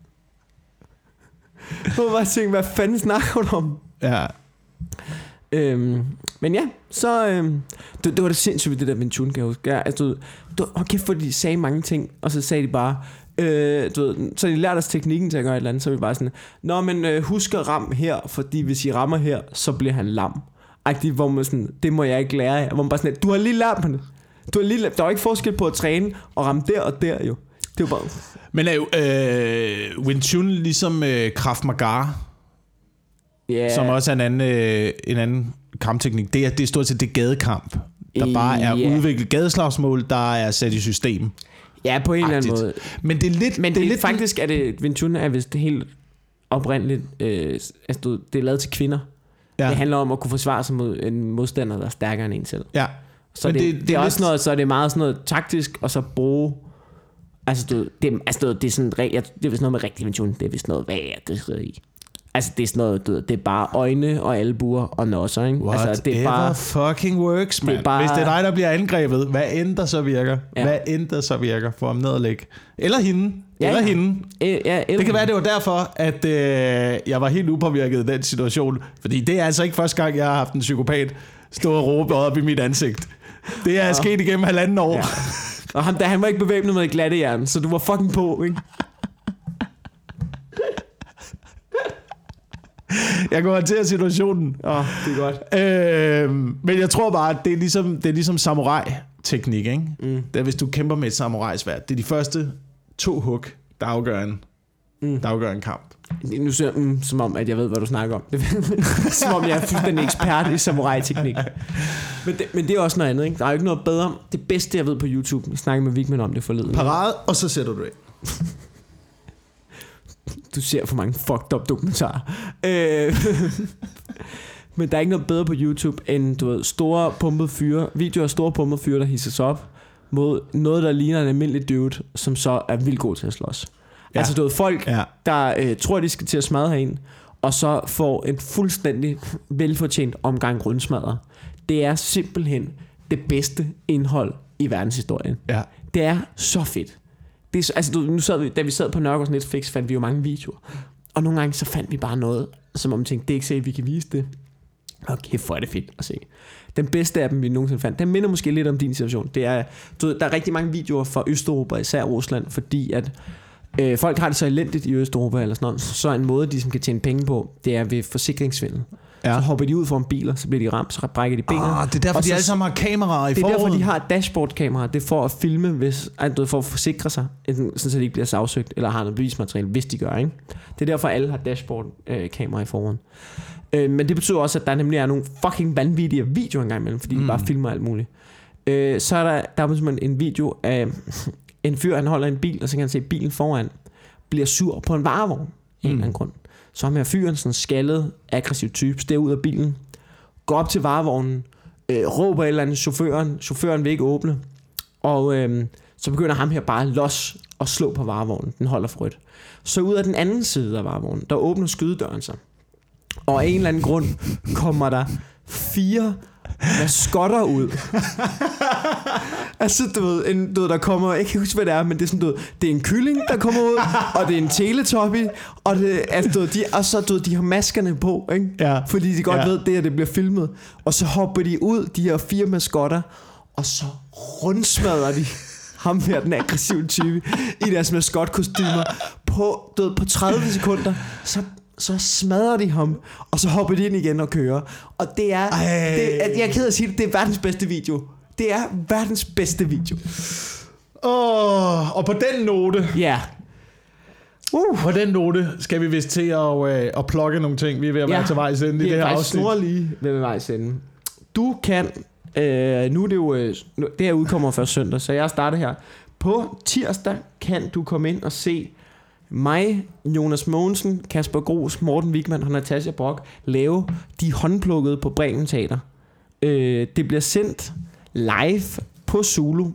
Nu bare tænke, hvad fanden snakker du om? Ja. Men ja, så det var det sindssygt ved det der Wing Chun, kan jeg huske. Ja, altså, kæft, for de sagde mange ting, og så sagde de bare, så de lærte os teknikken til at gøre et eller andet, så vi bare sådan, nå, men husk at ramme her, fordi hvis I rammer her, så bliver han lam. Agtigt, hvor man sådan, det må jeg ikke lære jer. Hvor man bare sådan, du har lige lært på det. Der er ikke forskel på at træne og ramme der og der, jo. Det er jo bare... Men er jo Wing Chun ligesom Krav Maga, som også er en anden kampteknik. Det er stort set det gadekamp, der bare er udviklet gadeslagsmål, der er sat i system. Ja, på en eller anden måde. Men det er lidt... Men det er lidt faktisk, at Wing Chun er vist helt oprindeligt... altså, det er lavet til kvinder. Ja. Det handler om at kunne forsvare sig mod en modstander, der er stærkere end en selv. Ja. Så det er også noget, så er det meget sådan noget taktisk, og så bruge... Altså, det er sådan... Det er vist noget med rigtig Wing Chun. Det er vist noget i. Altså, det er sådan noget, det er bare øjne og albuer og nosser, ikke? Altså, det er bare fucking works, man. Hvis det er dig, der bliver angrebet, hvad end der så virker. Ja. Hvad end der så virker, få ham ned og lægge. Eller hende. Det kan være, det var derfor, at jeg var helt upåvirket i den situation. Fordi det er altså ikke første gang, jeg har haft en psykopat stå og råbe op i mit ansigt. Det er sket igennem 1,5 år. Ja. Og han var ikke bevæbnet med et glattejern, så du var fucking på, ikke? Jeg kan håndtere situationen. Det er godt. Men jeg tror bare, at det er ligesom samurai-teknik, ikke? Det er, hvis du kæmper med et samurai-sværd. Det er de første 2 hug, der afgør en kamp. Nu ser jeg som om, at jeg ved, hvad du snakker om. Som om jeg er fuldstændig ekspert i samurai-teknik. Men det er også noget andet, ikke? Der er jo ikke noget bedre. Det bedste, jeg ved på YouTube, jeg snakkede med Vigman om det forleden. Parade, og så sætter du det. Du ser for mange fucked up dokumentarer. Men der er ikke noget bedre på YouTube end, du ved, store pumpede fyre, videoer af store pumpede fyre, der hisses op mod noget, der ligner en almindelig dude, som så er vildt god til at slås. Ja. Altså, du ved, folk, der tror, de skal til at smadre en, og så får en fuldstændig velfortjent omgang rundsmadret. Det er simpelthen det bedste indhold i verdenshistorien. Ja. Det er så fedt. Det er, altså, da vi sad på Nørgaards Netflix, fandt vi jo mange videoer. Og nogle gange så fandt vi bare noget, som om vi tænkte, det er ikke sikkert, vi kan vise det. Okay, hvor er det fedt at se. Den bedste af dem, vi nogensinde fandt, den minder måske lidt om din situation. Det er, der er rigtig mange videoer fra Østeuropa, især Rusland, fordi at folk har det så elendigt i Østeuropa eller sådan noget. Så en måde, de som kan tjene penge på, det er ved forsikringssvindel. Ja. Så hopper de ud foran biler, så bliver de ramt, så brækker de benene. Det er derfor, de alle sammen har kameraer i foruden. Det er derfor, de har dashboard-kameraer. Det er for at filme, for at forsikre sig, sådan så de ikke bliver sagsøgt, eller har noget bevismateriale, hvis de gør, ikke? Det er derfor, alle har dashboard-kameraer i foruden. Men det betyder også, at der nemlig er nogle fucking vanvittige videoer engang imellem, fordi de bare filmer alt muligt. Så er der simpelthen en video af en fyr, han holder en bil, og så kan han se bilen foran, bliver sur på en varevogn i en eller anden grund. Så har fyren sådan en skaldet, aggressiv type, stiger ud af bilen, går op til varevognen, råber et eller andet chaufføren vil ikke åbne, og så begynder ham her bare los og slå på varevognen, den holder for rødt. Så ud af den anden side af varevognen, der åbner skydedøren sig, og af en eller anden grund kommer der 4 maskotter ud. Altså, du ved, der kommer, jeg kan ikke huske, hvad det er, men det er sådan, du ved, det er en kylling, der kommer ud, og det er en teletubby, og det, altså, de har maskerne på, ikke? Ja. Fordi de godt ved, det bliver filmet. Og så hopper de ud, de her 4 maskotter, og så rundsmadrer de ham her, den aggressive type, i deres maskotkostymer på 30 sekunder. Så smadrer de ham, og så hopper de ind igen og kører. Og det er, jeg er ked af at sige det er verdens bedste video. Det er verdens bedste video. Og på den note... Ja. På den note skal vi vist til at plukke nogle ting. Vi er ved at være til vejs ende i det her afsnit. Vi er lige ved vejs ende. Du kan... nu er det jo... det her udkommer først søndag, så jeg starter her. På tirsdag kan du komme ind og se mig, Jonas Mogensen, Kasper Gros, Morten Wigman og Natasha Brock lave De Håndplukkede på Bremen Teater. Det bliver sendt live på Zulu.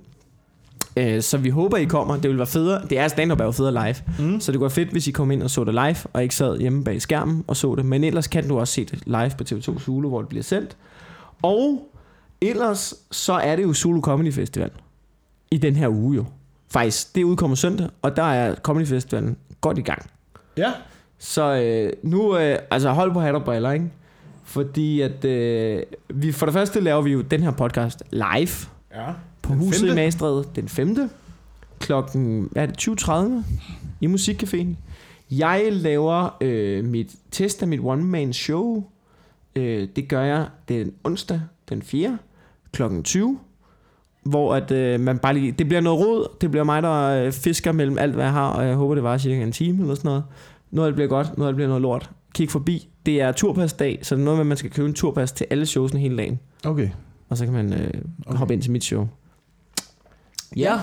Så vi håber I kommer. Det vil være federe. Det er stand-up er jo federe live. Så det kunne være fedt hvis I kom ind og så det live og ikke sad hjemme bag skærmen og så det. Men ellers kan du også se det live på TV2 Zulu, hvor det bliver sendt. Og ellers så er det jo Zulu Comedy Festival i den her uge jo. Faktisk, det udkommer søndag, og der er Comedy Festivalen godt i gang. Ja. Så nu, altså hold på hat og briller, ikke? Fordi at vi for det første laver vi jo den her podcast live på Huset i Magstræde den 5. klokken 20:30 i Musikcaféen. Jeg laver mit test af mit one-man show. Det gør jeg den onsdag den 4. klokken 20. Hvor at man bare lige, det bliver noget rod. Det bliver mig der fisker mellem alt hvad jeg har. Og jeg håber det var cirka en time eller sådan noget. Noget af det bliver godt, noget af det bliver noget lort. Kig forbi. Det er turpasdag. Så det er noget med at man skal købe en turpas til alle showsene hele dagen. Okay. Og så kan man hoppe ind til mit show. Ja.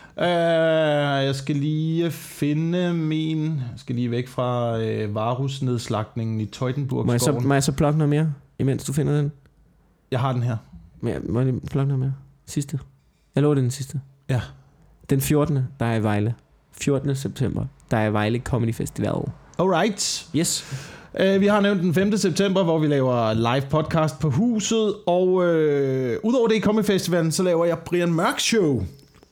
Jeg skal lige finde min. Jeg skal lige væk fra varehusnedslagtningen i Teutenburg-skoven. Må jeg så plukke noget mere, imens du finder den? Jeg har den her. Må jeg plukke noget mere? Sidste. Jeg lover det den sidste. Ja. Den 14. der er i Vejle. 14. september. Der er i Vejle Comedy Festival. Alright. Yes. Vi har nævnt den 5. september, hvor vi laver live podcast på Huset. Og udover det i Comedy Festivalen, så laver jeg Brian Mørk Show.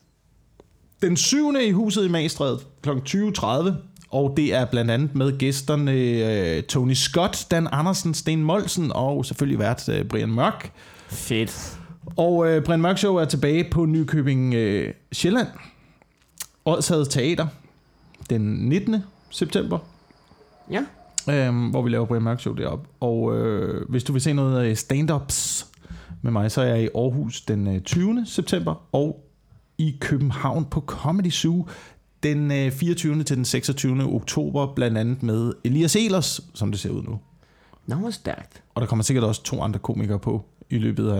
Den 7. i Huset i Magstræde kl. 20:30. Og det er blandt andet med gæsterne Tony Scott, Dan Andersen, Sten Molsen og selvfølgelig vært Brian Mørk. Fedt. Og Brian Mørk Show er tilbage på Nykøbing Sjælland. Odsherred Teater den 19. september. Ja. Hvor vi laver Brian Mørk Show deroppe. Og hvis du vil se noget stand-ups med mig, så er jeg i Aarhus den 20. september. Og i København på Comedy Zoo den 24. til den 26. oktober. Blandt andet med Elias Ehlers, som det ser ud nu. Nå, hvor stærkt. Og der kommer sikkert også 2 andre komikere på i løbet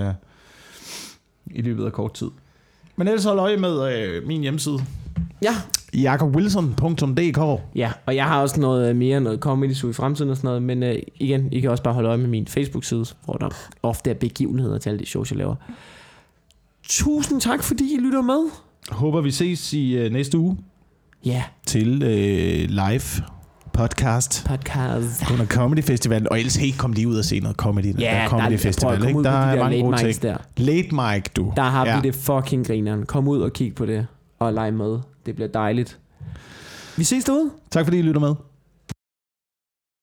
af kort tid. Men ellers hold øje med min hjemmeside. Ja. jakobwilson.dk. Ja, og jeg har også noget comedy show i fremtiden og sådan noget, men igen, I kan også bare holde øje med min Facebook-side, hvor der ofte er begivenheder til alle de shows, jeg laver. Tusind tak, fordi I lytter med. Håber vi ses i næste uge. Ja. Til live podcast under Comedy Festival. Og ellers kom lige ud og se noget comedy. Ja, Comedy Festival, ikke? Der er mange gode ting. Der. Late Mike, du. Der har vi det fucking grineren. Kom ud og kig på det og lege med. Det bliver dejligt. Vi ses derude. Tak fordi I lytter med.